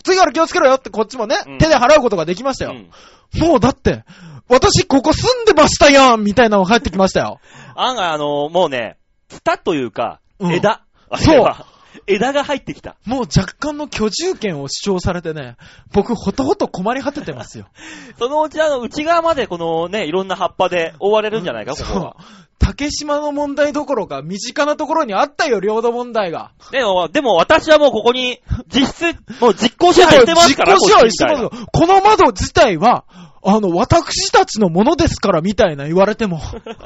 次から気をつけろよってこっちもね、 うん手で払うことができましたよ。 うんもうだって、私ここ住んでましたやんみたいなのが返ってきましたよ。 案外もうね、ツタというか、 うん枝。 そうあれは枝が入ってきた。 もう若干の居住権を主張されてね、僕ほとほと困り果ててますよ。 そのうち内側までこのね、いろんな葉っぱで覆われるんじゃないか、ここは。 竹島の問題どころか、身近なところにあったよ、領土問題が。 でも私はもうここに、実質、もう実行支配してますから、 実行支配してますよ。この窓自体は、私たちのものですからみたいな言われても。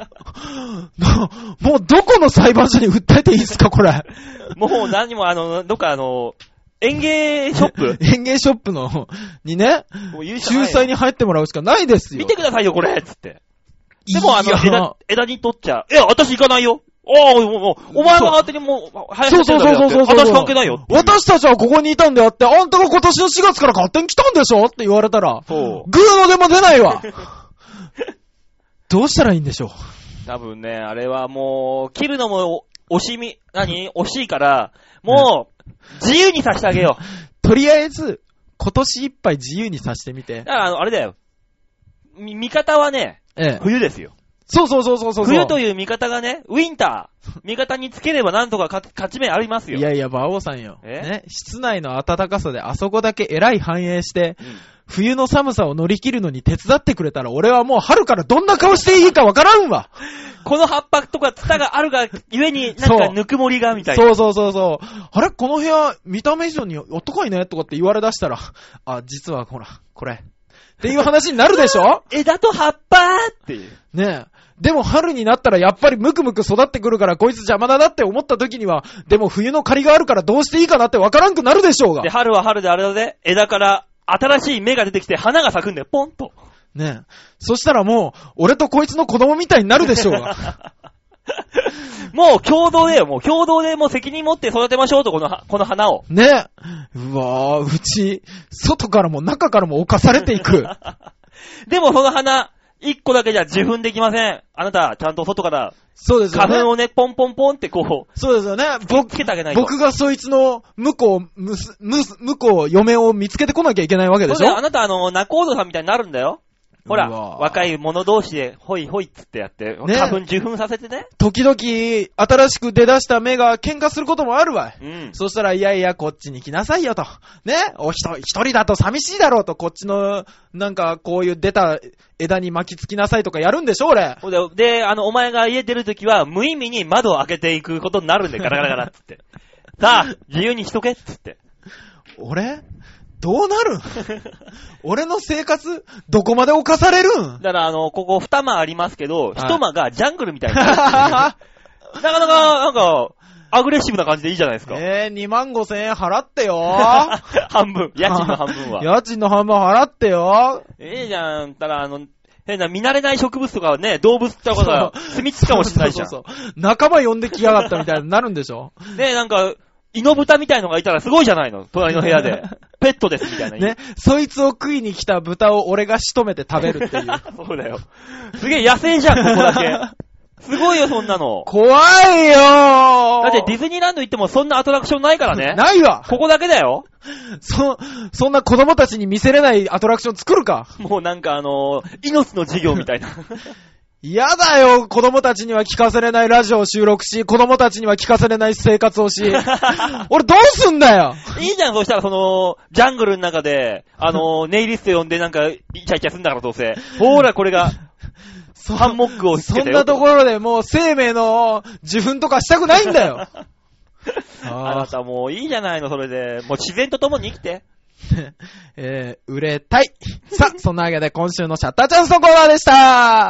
もうどこの裁判所に訴えていいですか、これ。 もう何もどっか園芸ショップ園芸ショップにね、仲裁に入ってもらうしかないですよ。 見てくださいよ、これつって。でも枝に取っちゃう。いや、私行かないよ。お前が勝手にもう、 そう。私関係ないよ。 私たちはここにいたんであって、あんたが今年の4月から勝手に来たんでしょって言われたら、グーのでも出ないわ。どうしたらいいんでしょう。 多分ね、あれはもう、切るのも惜しいから、もう、自由にさせてあげよう。とりあえず、今年いっぱい自由にさせてみて。 だからあれだよ。味方はね、冬ですよ。 そう。 冬という味方がね、ウィンター、味方につければなんとか勝ち目ありますよ。 いや、馬王さんよ。ね、室内の暖かさであそこだけ偉い反映して、冬の寒さを乗り切るのに手伝ってくれたら、俺はもう春からどんな顔していいかわからんわ。 この葉っぱとかツタがあるがゆえに、なんかぬくもりがみたいな。 そう。あれこの部屋、見た目以上に男いねとかって言われ出したら、実はほら、これ。っていう話になるでしょ枝と葉っぱっていう。 ねえ。でも春になったらやっぱりムクムク育ってくるからこいつ邪魔だなって思った時には、でも冬の借りがあるからどうしていいかなってわからんくなるでしょうが。 で、春は春であれだぜ、枝から新しい芽が出てきて花が咲くんだよ、ポンと。 ねえ。そしたらもう、俺とこいつの子供みたいになるでしょうが。 もう共同でもう責任持って育てましょうと、この花を。 ねえ。うわぁ、うち、外からも中からも侵されていく。 でもその花、一個だけじゃ受粉できません。あなた、ちゃんと外から、 そうですよね。 花粉をね、ポンポンポンってこう。 そうですよね。 つけてあげないと。 僕がそいつの向こう、嫁を見つけてこなきゃいけないわけでしょ。 そうだよ、あなた仲人さんみたいになるんだよ。ほら、若い者同士で、ほいほいっつってやって、ね、花粉受粉させてね。 時々、新しく出だした芽が喧嘩することもあるわ。そしたら、いや、こっちに来なさいよと。ね。一人だと寂しいだろうと、こっちの、なんか、こういう出た枝に巻きつきなさいとかやるんでしょ、俺。 で、お前が家出るときは、無意味に窓を開けていくことになるんで、ガラガラガラっつって。さあ、自由にしとけっつって。 俺どうなるん俺の生活、どこまで侵されるんだからここ2間ありますけど、1間がジャングルみたいな。なかなか、なんか、アグレッシブな感じでいいじゃないですか。 25,000円払ってよ半分。家賃の半分は。 家賃の半分払ってよじゃん。たら変な見慣れない植物とかはね、動物とかが住み着くかもしれないじゃん。 そう。仲間呼んできやがったみたいになるんでしょ。 ね、なんか、イノブタみたいのがいたらすごいじゃないの、隣の部屋で。ペットですみたいな。 ね、そいつを食いに来た豚を俺が仕留めて食べるっていう。 そうだよ。すげえ野生じゃん、ここだけ。すごいよ、そんなの。 怖いよー。 だってディズニーランド行ってもそんなアトラクションないからね。 ないわ。 ここだけだよ。 そんな子供たちに見せれないアトラクション作るか。 もうなんか命の授業みたいな。 嫌だよ、子供たちには聞かせれないラジオを収録し、子供たちには聞かせれない生活をし。俺どうすんだよ。 いいじゃん、そしたらジャングルの中で、ネイリスト呼んでなんか、イチャイチャすんだからどうせ。ほーら、これが、ハンモックをつけてよ。 そんなところでもう生命の受粉とかしたくないんだよ。 あなたもういいじゃないの、それで。もう自然と共に生きて。 売れたい。さあ、そんなわけで今週のシャッターチャンスのコーナーでした。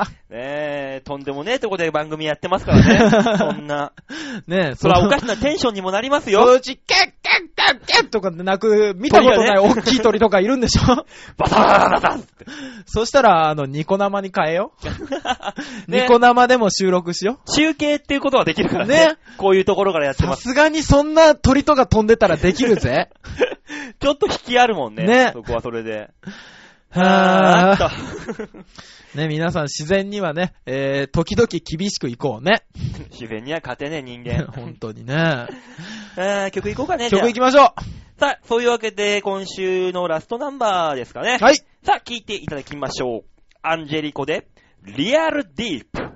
とんでもねえとこで番組やってますからね。そんな。そらおかしなテンションにもなりますよ。 うち、キャッキャッキャッキャッとかって鳴く、見たことない大きい鳥とかいるんでしょ。 バサバサバサって。 そしたら、ニコ生に変えよう。ニコ生でも収録しよう。中継っていうことはできるからね。こういうところからやってます。 さすがにそんな鳥とか飛んでたらできるぜ。 ちょっと引きあるもんね。 ね。 そこはそれで。 ね、皆さん自然にはね、時々厳しくいこうね。 自然には勝てねえ人間。 本当にね。 曲いこうかね。 曲いきましょう。 さあ、そういうわけで、今週のラストナンバーですかね。 はい。 さあ、聴いていただきましょう。アンジェリコで、リアルディープ。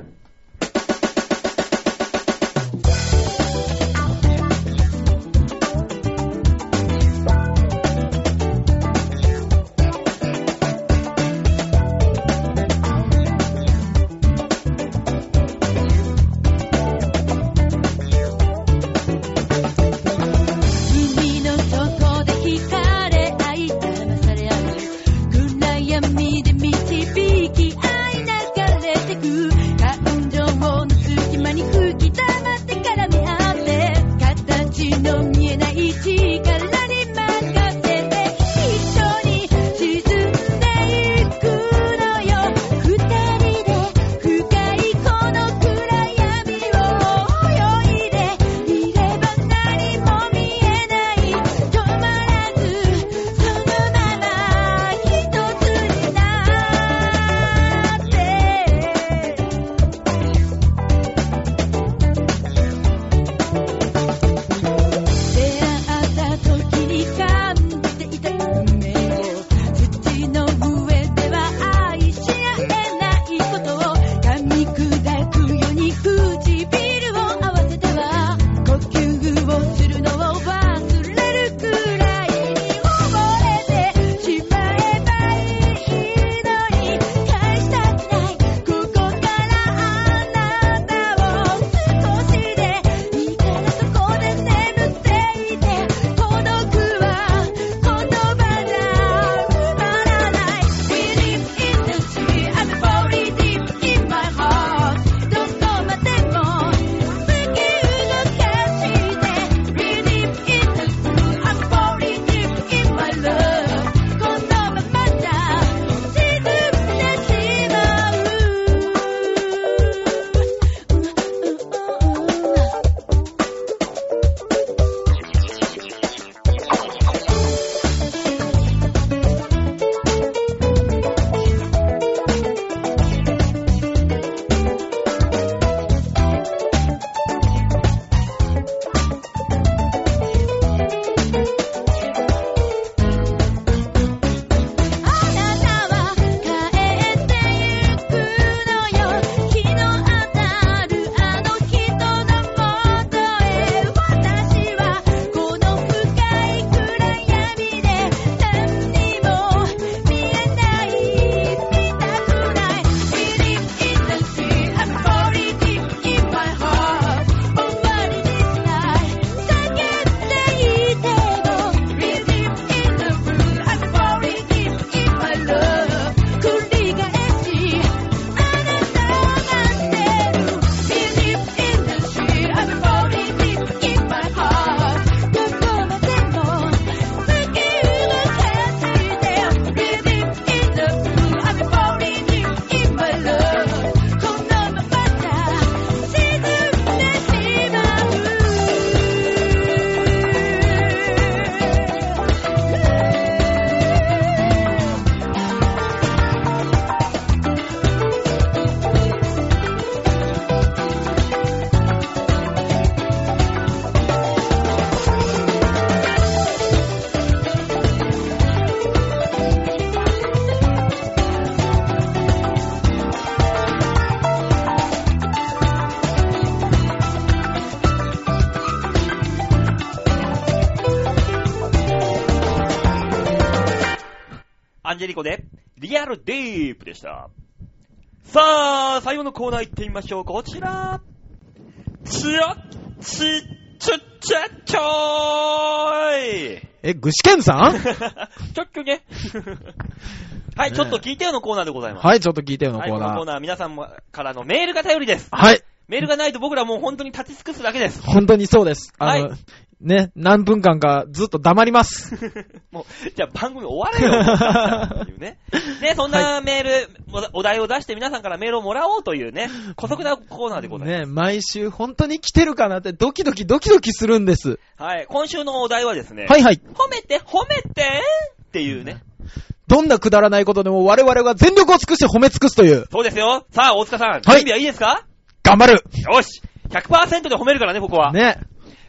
アンジェリコでリアルディープでした。さあ、最後のコーナー行ってみましょう。こちら。ちょっちっちょっちゃっちょーい。 具志堅さんちょっちょね。はい、ちょっと聞いてよのコーナーでございます。 はい、ちょっと聞いてよのコーナー。 はい、このコーナーは皆さんからのメールが頼りです。 はい。 メールがないと僕らもう本当に立ち尽くすだけです。 本当にそうです。 はい。 ね、何分間かずっと黙ります。 もう、じゃあ番組終われよ。っていうね。ね、そんなメール、はい、お題を出して皆さんからメールをもらおうというね、姑息なコーナーでございます。 ね、毎週本当に来てるかなってドキドキするんです。 はい。今週のお題はですね。 はいはい。 褒めてっていうね。 どんなくだらないことでも我々が全力を尽くして褒め尽くすという。 そうですよ。さあ、大塚さん、準備はいいですか？ 頑張る。 よし。100% で褒めるからね、ここは。 ね。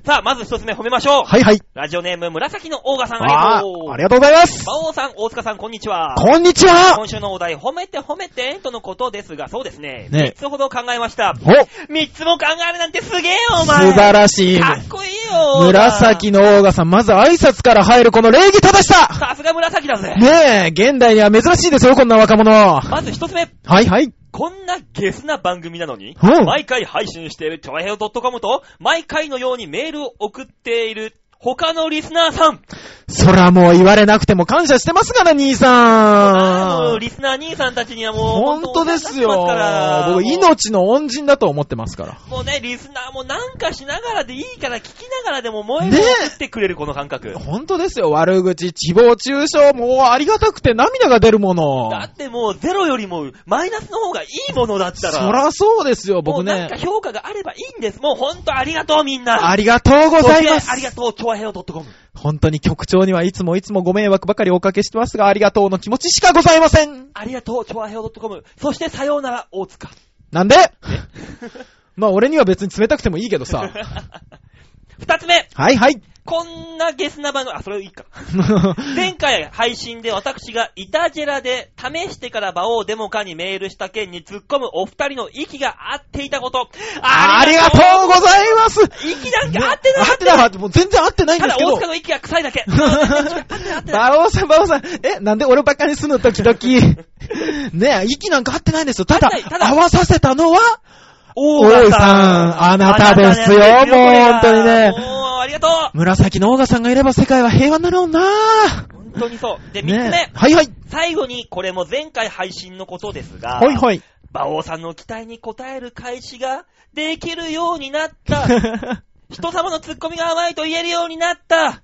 さあ、まず一つ目褒めましょう。 はいはい。 ラジオネーム、紫のオーガさん、ありがとう。 ありがとうございます。 馬王さん、大塚さん、こんにちは。 こんにちは。 今週のお題、褒めて褒めて、とのことですが、そうですね。 ね 3つほど考えました。 お !3 つも考えるなんてすげえよ、お前。 素晴らしい。 かっこいいよ。 紫のオーガさん、まず挨拶から入るこの礼儀正しさ。 さすが紫だぜ。 ねえ、現代には珍しいですよ、こんな若者。 まず一つ目。 はいはい。 こんなゲスな番組なのに、 うん毎回配信しているチョアヘオ .com と、毎回のようにメールを送っている他のリスナーさん。 そらもう言われなくても感謝してますから、兄さん。 リスナー兄さんたちにはもう、 本当ですよ。僕、 も命の恩人だと思ってますから。 うね、リスナーもなんかしながらでいいから聞きながらでも燃えるを送ってくれるこの感覚。 本当ですよ。悪口、誹謗中傷、もうありがたくて涙が出るもの。 だってもうゼロよりもマイナスの方がいいものだったら。 そらそうですよ、僕ね。 もうなんか評価があればいいんです。もうほんとありがとうみんな。 ありがとうございます。 ありがとう、チョアヘオ .com。 本当に局長にはいつもご迷惑ばかりおかけしてますが、ありがとうの気持ちしかございません。 ありがとう、チョアヘオ .com。そしてさようなら、大塚。 なんでまあ俺には別に冷たくてもいいけどさ。 二つ目。 はいはい。 こんなゲスな番組、それいいか。前回配信で私がイタジェラで試してから馬王デモカにメールした件に突っ込むお二人の息が合っていたこと。 ありがとうございます。 息なんか合ってない。 合ってない。もう全然合ってないんですけど。 ただ大塚の息が臭いだけ。 馬王さん。なんで俺ばっかりすんの時々。ねえ、息なんか合ってないんですよ。ただ合わさせたのは、大井さん、あなたですよ、もう本当にね。 ありがとう。 紫のオーガさんがいれば世界は平和になるもんな。 本当にそう。で、三つ目。 ね、はいはい。 最後に、これも前回配信のことですが、 はいはい。 馬王さんの期待に応える返しができるようになった。人様のツッコミが甘いと言えるようになった。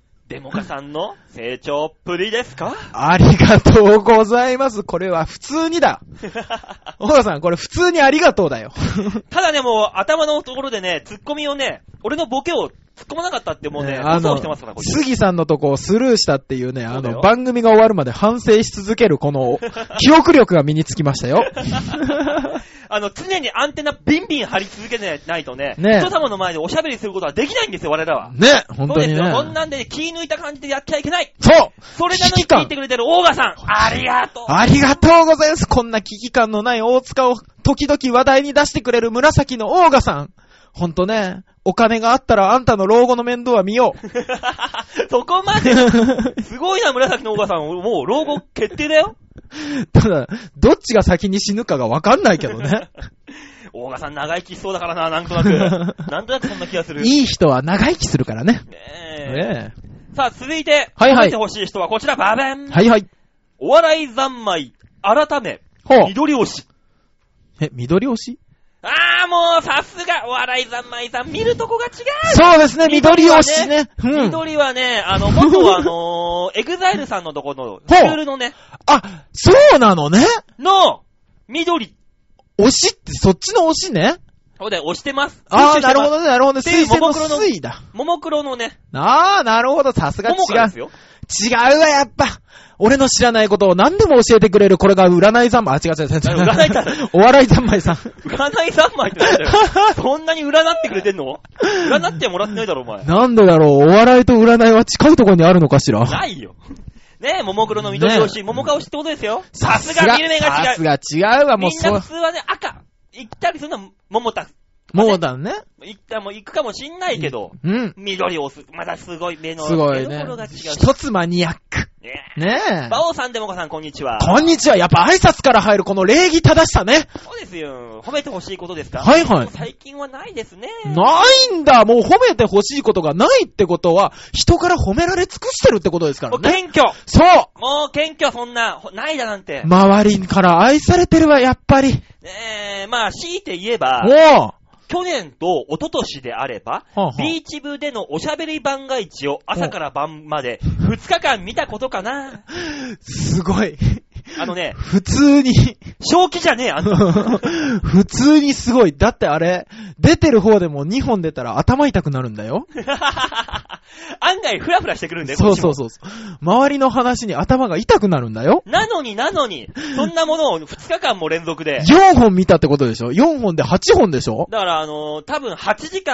デモカさんの成長っぷりですか？ ありがとうございます。これは普通にだ。オーガさん、これ普通にありがとうだよ。 ただね、もう頭のところでね、ツッコミをね、俺のボケを突っ込まなかったってもうね、嘘をしてますから、これ。 杉さんのとこをスルーしたっていうね、番組が終わるまで反省し続けるこの、記憶力が身につきましたよ。 常にアンテナビンビン張り続けないとね、人様の前でおしゃべりすることはできないんですよ、我らは。 ね、本当にね。 そうですよ。こんなんで気抜いた感じでやっちゃいけない。 そう。 それなのに聞いてくれてるオーガさん、ありがとう。 ありがとうございます。こんな危機感のない大塚を時々話題に出してくれる紫のオーガさん。ほんとね、お金があったらあんたの老後の面倒は見よう。 そこまですごいな、紫のオーガさん。もう老後決定だよ。 ただ、どっちが先に死ぬかがわかんないけどね。 オーガさん長生きしそうだからな、なんとなく。なんとなくそんな気がする。 いい人は長生きするからね。 ねえ。さあ、続いて、 はいはい。 褒めてほしい人はこちら、バベン。 はいはい。 お笑い三昧、改め、緑推し。 緑推し？ あーもうさすがお笑い三昧さん見るとこが違う。 そうですね、緑推しね。 緑はね、元はエグザイルさんのとこのスクールのね。 あ、そうなのね。 の緑。 推しってそっちの推しね。 そうだよ、推してます。 あー、なるほどね、なるほどね。水星の水だ。 ももクロのね。 あー、なるほど、さすが違う。 ももクロですよ。 違うわ、やっぱ。俺の知らないことを何でも教えてくれる、これが占い三昧。違う。 占い三昧。 お笑い三昧さん。 占い三昧ってなんだよ。そんなに占ってくれてんの？占ってもらってないだろ、お前。 なんでだろう、お笑いと占いは近いところにあるのかしら。 ないよ。ねえ、ももクロの緑推し、桃か推しってことですよ。さすが見る目が違う。 さすが違うわ、もうみんな普通はね、赤。行ったりするのは桃た。 桃だね。 行くかもしんないけど、緑を押す。まだすごい目のすごいね。一つマニアック。ねえ。 馬王さん、デモカさん、こんにちは。 こんにちは。やっぱ挨拶から入るこの礼儀正しさね。 そうですよ。褒めてほしいことですか？ はいはい。 最近はないですね。 ないんだ。もう褒めてほしいことがないってことは、人から褒められ尽くしてるってことですからね。 謙虚。 そう。 もう謙虚、そんな、ないだなんて。 周りから愛されてるわ、やっぱり。 まあ、強いて言えば、去年と一昨年であれば、ビーチ部でのおしゃべり番外地を朝から晩まで2日間見たことかな。 すごい。普通に。 正気じゃねえ、 普通にすごい。だってあれ、出てる方でも2本出たら頭痛くなるんだよ。 案外フラフラしてくるんだよ、 そう。周りの話に頭が痛くなるんだよ。 なのに、そんなものを2日間も連続で。 4本見たってことでしょ？ 4 本で8本でしょ？ だから多分8時間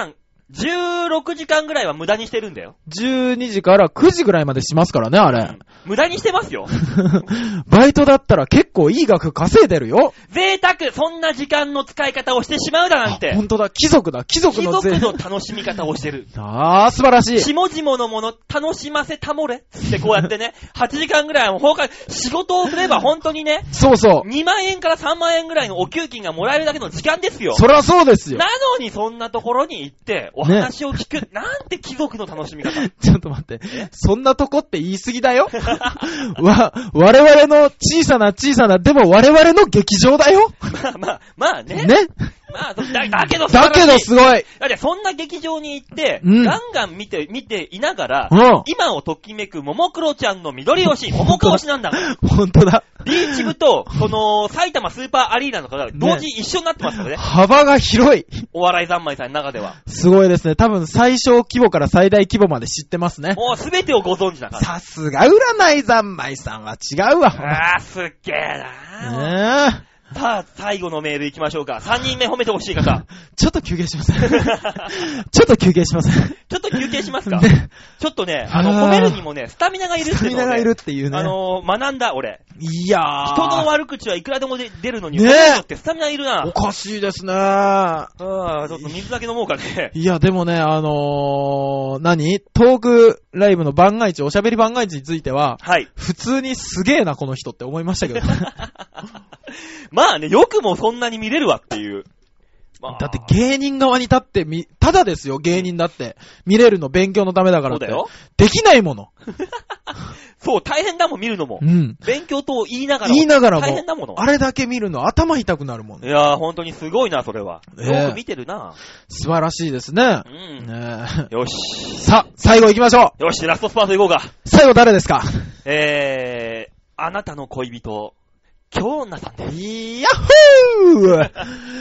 16時間ぐらいは無駄にしてるんだよ。 12時から9時ぐらいまでしますからね、あれ。 無駄にしてますよ。 バイトだったら結構いい額稼いでるよ。 贅沢、そんな時間の使い方をしてしまうだなんて。 ほんとだ、貴族だ、貴族の貴族の楽しみ方をしてる。 あー、素晴らしい。 下々のもの、楽しませたもれってこうやってね、8時間ぐらいも仕事をすれば本当にね、 そうそう。 2万円から3万円ぐらいのお給金がもらえるだけの時間ですよ。 そりゃそうですよ。 なのにそんなところに行って、お話を聞く、ね、なんて貴族の楽しみ方。 ちょっと待って。そんなとこって言い過ぎだよ。我々の小さな、でも我々の劇場だよ。 まあね。 ね。 まあ、だけどすごい。 だってそんな劇場に行って、 うん、 ガンガン見ていながら、 うん、 今をときめくももクロちゃんの緑推し、ももクロ推しなんだから。 ほんとだ。 ビーチ部と、この、埼玉スーパーアリーナの方が同時一緒になってますからね。 幅が広い。 お笑い三昧さんの中では。 すごいですね。多分最小規模から最大規模まで知ってますね。 もうすべてをご存知だから。 さすが占い三昧さんは違うわ。 あー、すっげーなー。さあ、最後のメール行きましょうか。3人目褒めてほしい方。 ちょっと休憩します。ちょっと休憩します。 ちょっと休憩しますか、 ね、 ちょっとね、褒めるにもね、スタミナがいるっていうの、ね、 スタミナがいるっていうね。 学んだ、俺。 いやー。 人の悪口はいくらでも出るのに、 ね、 褒めるってスタミナいるな。 おかしいですね。 ちょっと水だけ飲もうかね。 いや、でもね、トークライブの番外地、おしゃべり番外地については、 はい。 普通にすげえな、この人って思いましたけど。 まあね、よくもそんなに見れるわっていう。 だって芸人側に立ってただですよ、芸人だって。見れるの勉強のためだからって。 そうだよ。 できないもの。 そう、大変だもん、見るのも。 うん。 勉強と言いながらも。大変だもの。 あれだけ見るの頭痛くなるもん。 いやー、ほんとにすごいな、それは。よく見てるな。 素晴らしいですね。 うん。よし。 さあ、最後行きましょう。よし、ラストスパート行こうか。 最後誰ですか？ あなたの恋人、京女さんです。 ヤッホー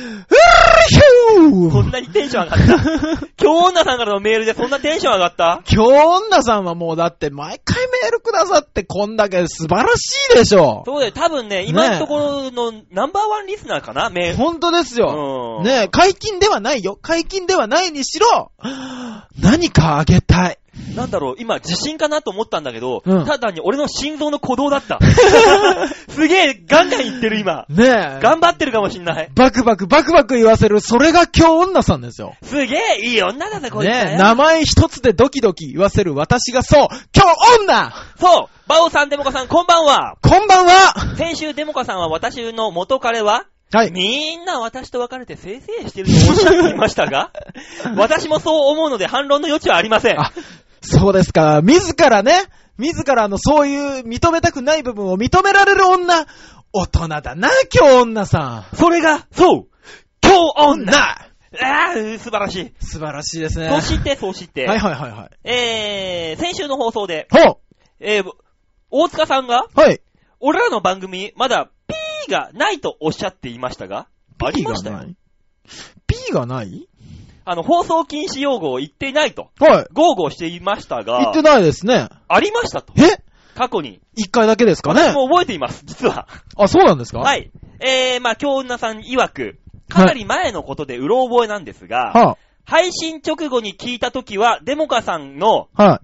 こんなにテンション上がった京女さんからのメールでそんなテンション上がった京女さんはもうだって毎回メールくださってこんだけ素晴らしいでしょ。 そうだよ、多分ね、今のところのナンバーワンリスナーかな、メール。 本当ですよ。ねえ、解禁ではないよ。解禁ではないにしろ、何かあげたい。 なんだろう、今自信かなと思ったんだけど、 うん、 ただに俺の心臓の鼓動だった。すげえガンガン言ってる今。 ねえ。 頑張ってるかもしんない。 バクバク言わせる、それが京女さんですよ。 すげえいい女だぜ、こいつ。 ねえ、名前一つでドキドキ言わせる私がそう、京女！ そう、バオさん、デモカさん、こんばんは。 こんばんは。 先週デモカさんは私の元彼は、 はい。 みんな私と別れてせいせいしてるとおっしゃっていましたが、私もそう思うので反論の余地はありません。 そうですか。自らそういう認めたくない部分を認められる女。大人だな、京女さん。 それが、そう、京女。素晴らしい。 素晴らしいですね。 そして。 はい。 先週の放送で、大塚さんが、 はい。 俺らの番組、まだ、P がないとおっしゃっていましたが、ありましたよ。 P がない？ 放送禁止用語を言っていないと。 はい。 豪語していましたが。 言ってないですね。 ありましたと。過去に。 一回だけですかね。 私も覚えています、実は。 あ、そうなんですか？ はい。京女さん曰く、かなり前のことでうろ覚えなんですが、 はい、 配信直後に聞いたときは、デモカさんの、 はい。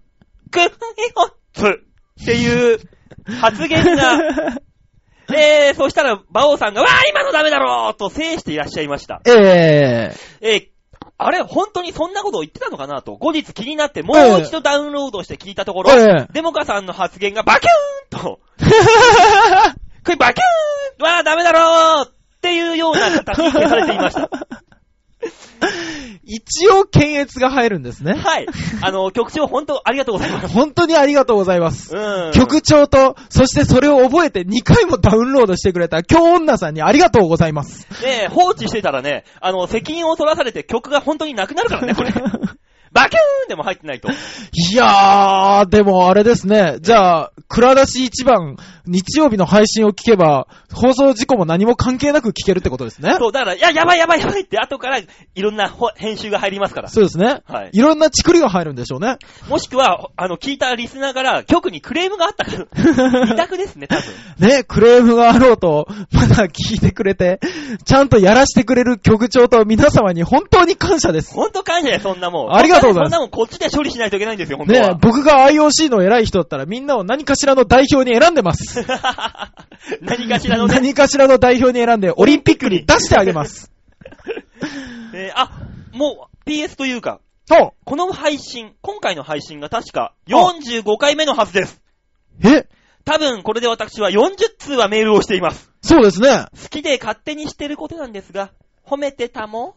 クッヒホッツっていう発言が、そしたら、馬王さんが、わー今のダメだろーと制していらっしゃいました。あれ、本当にそんなことを言ってたのかなと、後日気になってもう一度ダウンロードして聞いたところ、デモカさんの発言がバキューンと、これバキューンわーダメだろーっていうような形に消されていました。 一応検閲が入るんですね。 はい。局長本当ありがとうございます。 本当にありがとうございます。局長と、そしてそれを覚えて2回もダウンロードしてくれた京女さんにありがとうございます。 ねえ、放置してたらね、責任を取らされて曲が本当になくなるからね、これ。 バキューンでも入ってないと。 いやー、でもあれですね。じゃあ、蔵出し一番、日曜日の配信を聞けば、放送事故も何も関係なく聞けるってことですね。 そう、だから、やばいって後からいろんな編集が入りますから。 そうですね。 はい。 いろんなチクリが入るんでしょうね。 もしくは、聞いたリスナーから局にクレームがあったから、二択ですね、多分。 ね、クレームがあろうと、まだ聞いてくれて、ちゃんとやらしてくれる局長と皆様に本当に感謝です。 本当感謝です、そんなもん。 ありがとうございます。 そんなもんこっちで処理しないといけないんですよ、本当は。 ね、僕が IOC の偉い人だったらみんなを何かしらの代表に選んでます。 何かしらのね。 何かしらの代表に選んでオリンピックに出してあげます。 もう PS というか、この配信、今回の配信が確か45回目のはずです。多分これで私は40通はメールをしています。 そうですね。 好きで勝手にしてることなんですが、褒めてたも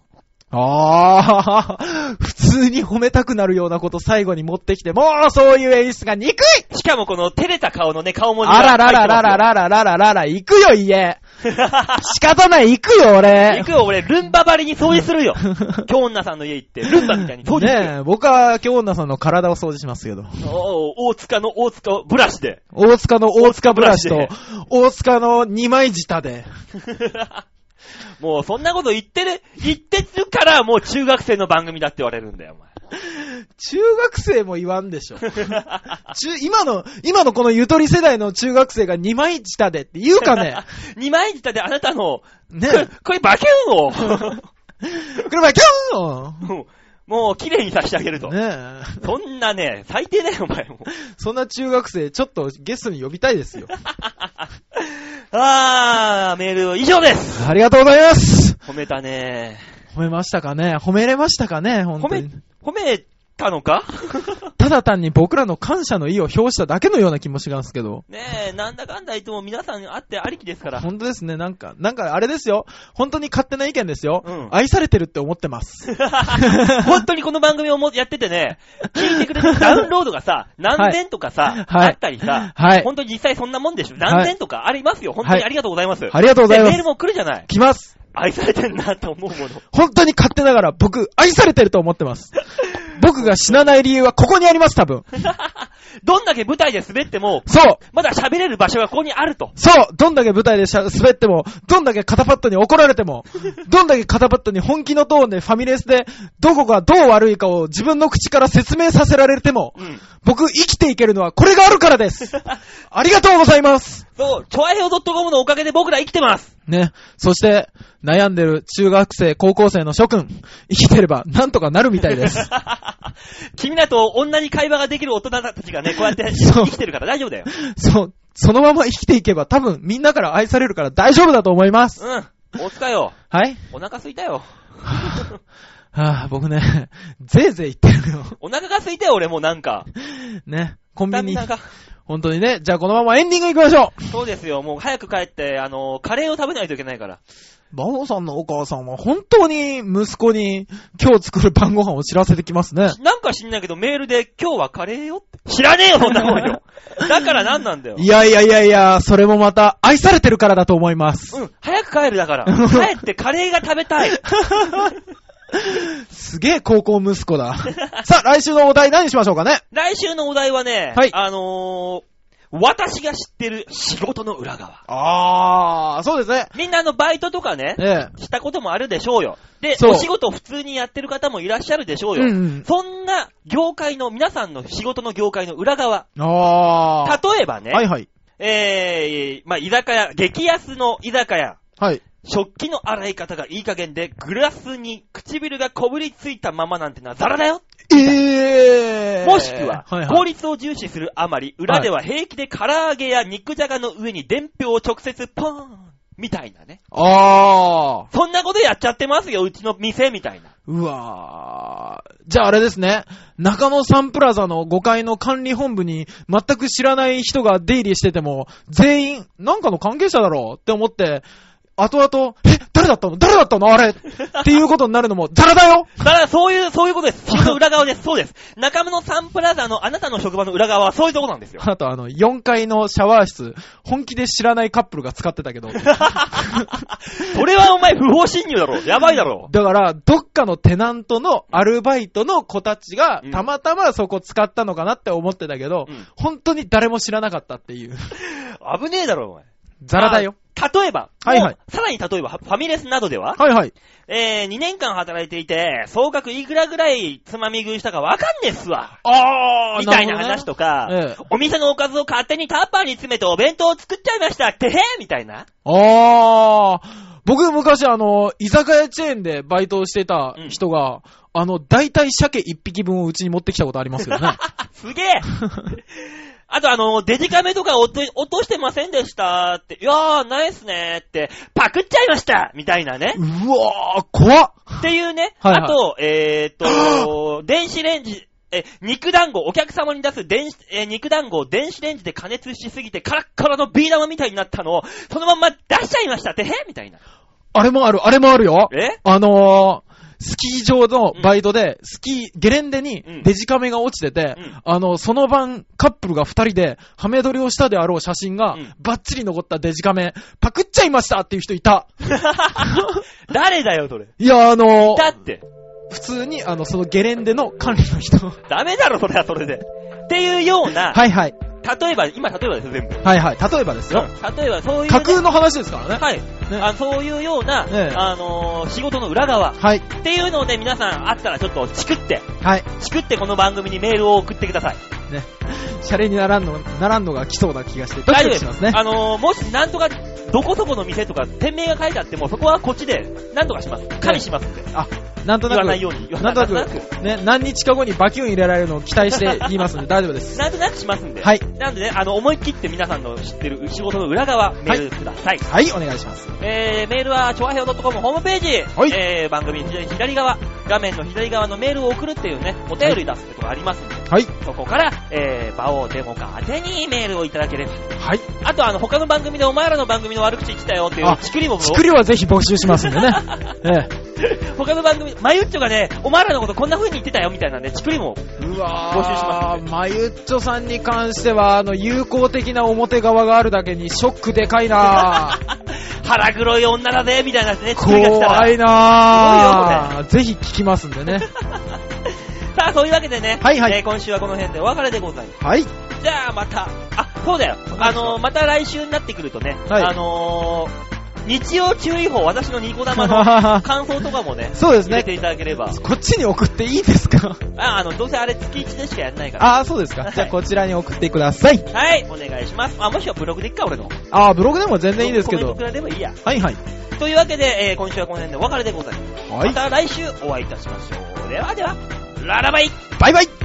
普通に褒めたくなるようなこと最後に持ってきて、もうそういう演出が憎い。 しかもこの照れた顔のね、顔文字があららららららららららら、行くよ家。仕方ない、行くよ俺。 行くよ俺、ルンバ張りに掃除するよ。京女さんの家行って、ルンバみたいに掃除する。 ねえ、僕は京女さんの体を掃除しますけど。 大塚ブラシで。 大塚の大塚ブラシと、大塚の二枚舌で。 もうそんなこと言ってるからもう中学生の番組だって言われるんだよ、お前。 中学生も言わんでしょ。今のこのゆとり世代の中学生が二枚舌でって言うかね。 二枚舌であなたの、 ね、 これバキューンを。 これバキューンを。 もう綺麗にさせてあげると。 ねえ。 そんなね、最低だよ、お前も。 そんな中学生、ちょっとゲストに呼びたいですよ。 メール以上です。 ありがとうございます。 褒めたね。 褒めましたかね。褒めれましたかね、本当に。 褒めたのかただ単に僕らの感謝の意を表しただけのような気もしますけど。 ねえ、なんだかんだ言っても皆さんあってありきですから。 本当ですね。なんかあれですよ。本当に勝手な意見ですよ。 うん、 愛されてるって思ってます。 本当にこの番組をやっててね、聞いてくれるダウンロードがさ、何千とかさ、 はい、 あったりさ、 はい、 本当に実際そんなもんでしょ。何千とかありますよ。本当にありがとうございます。 ありがとうございます。 メールも来るじゃない。 来ます。 愛されてんなと思うもの。 本当に勝手ながら僕、愛されてると思ってます。僕が死なない理由はここにあります、多分。 どんだけ舞台で滑っても、 そう。 まだ喋れる場所がここにあると。 そう。どんだけ舞台で滑っても、どんだけ肩パッドに怒られても、どんだけ肩パッドに本気のトーンでファミレスで、どこがどう悪いかを自分の口から説明させられても、僕生きていけるのはこれがあるからです。ありがとうございます。 そう、ちょあへよ .com のおかげで僕ら生きてます。 ね。そして、悩んでる中学生、高校生の諸君、生きてればなんとかなるみたいです。 君らと女に会話ができる大人たちがね、こうやって生きてるから大丈夫だよ。 そう。そのまま生きていけば多分みんなから愛されるから大丈夫だと思います。 大塚よ。 はい。 お腹空いたよ。 僕ね、ぜいぜい言ってるよ。 お腹が空いたよ、俺もなんか。 ね、コンビニ。本当にね、じゃあこのままエンディング行きましょう。 そうですよ、もう早く帰って、カレーを食べないといけないから。 バオさんのお母さんは本当に息子に今日作る晩ご飯を知らせてきますね。 なんか知んないけどメールで今日はカレーよって。知らねえよ、そんなもんよ。だからなんなんだよ。 いや、それもまた愛されてるからだと思います。 早く帰るだから。帰ってカレーが食べたい。 すげえ高校息子だ。さあ、来週のお題何しましょうかね。 来週のお題はね、 はい、 私が知ってる仕事の裏側。 そうですね。 みんなバイトとかね、したこともあるでしょうよ。で、お仕事普通にやってる方もいらっしゃるでしょうよ。そんな業界の、皆さんの仕事の業界の裏側。例えばね、 はいはい。 居酒屋、激安の居酒屋。 はい。 食器の洗い方がいい加減で、グラスに唇がこぶりついたままなんてのはザラだよ。もしくは、効率を重視するあまり、裏では平気で唐揚げや肉じゃがの上に伝票を直接ポーンみたいなね。そんなことやっちゃってますよ、うちの店みたいな。 じゃああれですね。中野サンプラザの5階の管理本部に全く知らない人が出入りしてても、全員、なんかの関係者だろうって思って、後々、 誰だったのあれっていうことになるのもザラだよ。 だからそういうことです。仕事の裏側です。そうです。中野サンプラザのあなたの職場の裏側はそういうとこなんですよ。 あと4階のシャワー室、本気で知らないカップルが使ってたけど。 それはお前不法侵入だろ。やばいだろ。 だから、どっかのテナントのアルバイトの子たちが、たまたまそこ使ったのかなって思ってたけど、本当に誰も知らなかったっていう。 危ねえだろ、お前。 ザラだよ。 例えば、 はいはい。 さらに例えば、ファミレスなどでは、 はいはい。 2年間働いていて、総額いくらぐらいつまみ食いしたかわかんねえっすわ。みたいな話とか、お店のおかずを勝手にタッパーに詰めてお弁当を作っちゃいました。てへみたいな。 僕昔居酒屋チェーンでバイトをしてた人が、大体鮭1匹分をうちに持ってきたことありますよね。 すげえあとデジカメとか落としてませんでしたって、いやー、ないっすねーって、パクっちゃいましたみたいなね。 うわー、怖っっていうね。 はいはい、 あと、電子レンジ、肉団子、お客様に出す肉団子を電子レンジで加熱しすぎてカラッカラのビー玉みたいになったのを、そのまんま出しちゃいましたって、みたいな。 あれもあるよ。スキー場のバイトで、ゲレンデにデジカメが落ちてて、その晩カップルが2人でハメ撮りをしたであろう写真が、バッチリ残ったデジカメ、パクっちゃいましたっていう人いた。 誰だよ、それ。 いや、 いたって。 普通に、そのゲレンデの管理の人。 ダメだろ、それはそれで。っていうような。 はいはい。 例えばですよ、全部。 はいはい。例えばですよ。 例えばそういう、ね。 架空の話ですからね。 はい。ね、そういうような、仕事の裏側。 はい。 っていうので皆さんあったらちょっとチクって。 はい。 チクってこの番組にメールを送ってください。 ね。シャレにならんのが来そうな気がして、ドキドキしますね。 もしなんとか、どこそこの店とか店名が書いてあっても、そこはこっちで、なんとかします。加味しますんで。 なんとなく。 言わないように。 なんとなく。ね、何日か後にバキュン入れられるのを期待して言いますんで、大丈夫です。 なんとなくしますんで。 はい。 なんでね、思い切って皆さんの知ってる仕事の裏側、メールください。 はい、お願いします。 メールは、ちょわへお .com ホームページ。 はい。 番組左側、画面の左側のメールを送るっていうね、お便り出すってとこありますんで。 はい。 そこから、バオデモカ宛てにメールをいただければ。 はい。 あと他の番組でお前らの番組の悪口言ってたよっていう、チクリはぜひ募集しますんでね。 他の番組、マユッチョがね、お前らのことこんな風に言ってたよみたいなね、チクリも募集しますんで。 マユッチョさんに関しては、友好的な表側があるだけにショックでかいな腹黒い女だぜみたいなね、チクリが来たら。 怖いなぁ。ぜひ聞きますんでね。 さあ、そういうわけでね、 はいはい。 今週はこの辺でお別れでございます。 はい。 じゃあまた、そうだよ。また来週になってくるとね、 はい、 日曜注意報、私のニコ玉の感想とかもね、 そうですね。 入れていただければ。 こっちに送っていいですか？ どうせあれ月1でしかやんないから。 そうですか。じゃあこちらに送ってください。 はい、お願いします。もしくはブログでいっか、俺の。 ブログでも全然いいですけど。 コメントくらでもいいや。 はいはい。 というわけで、今週はこの辺でお別れでございます。 はい。 また来週お会いいたしましょう。ではでは、ララバイ。 バイバイ。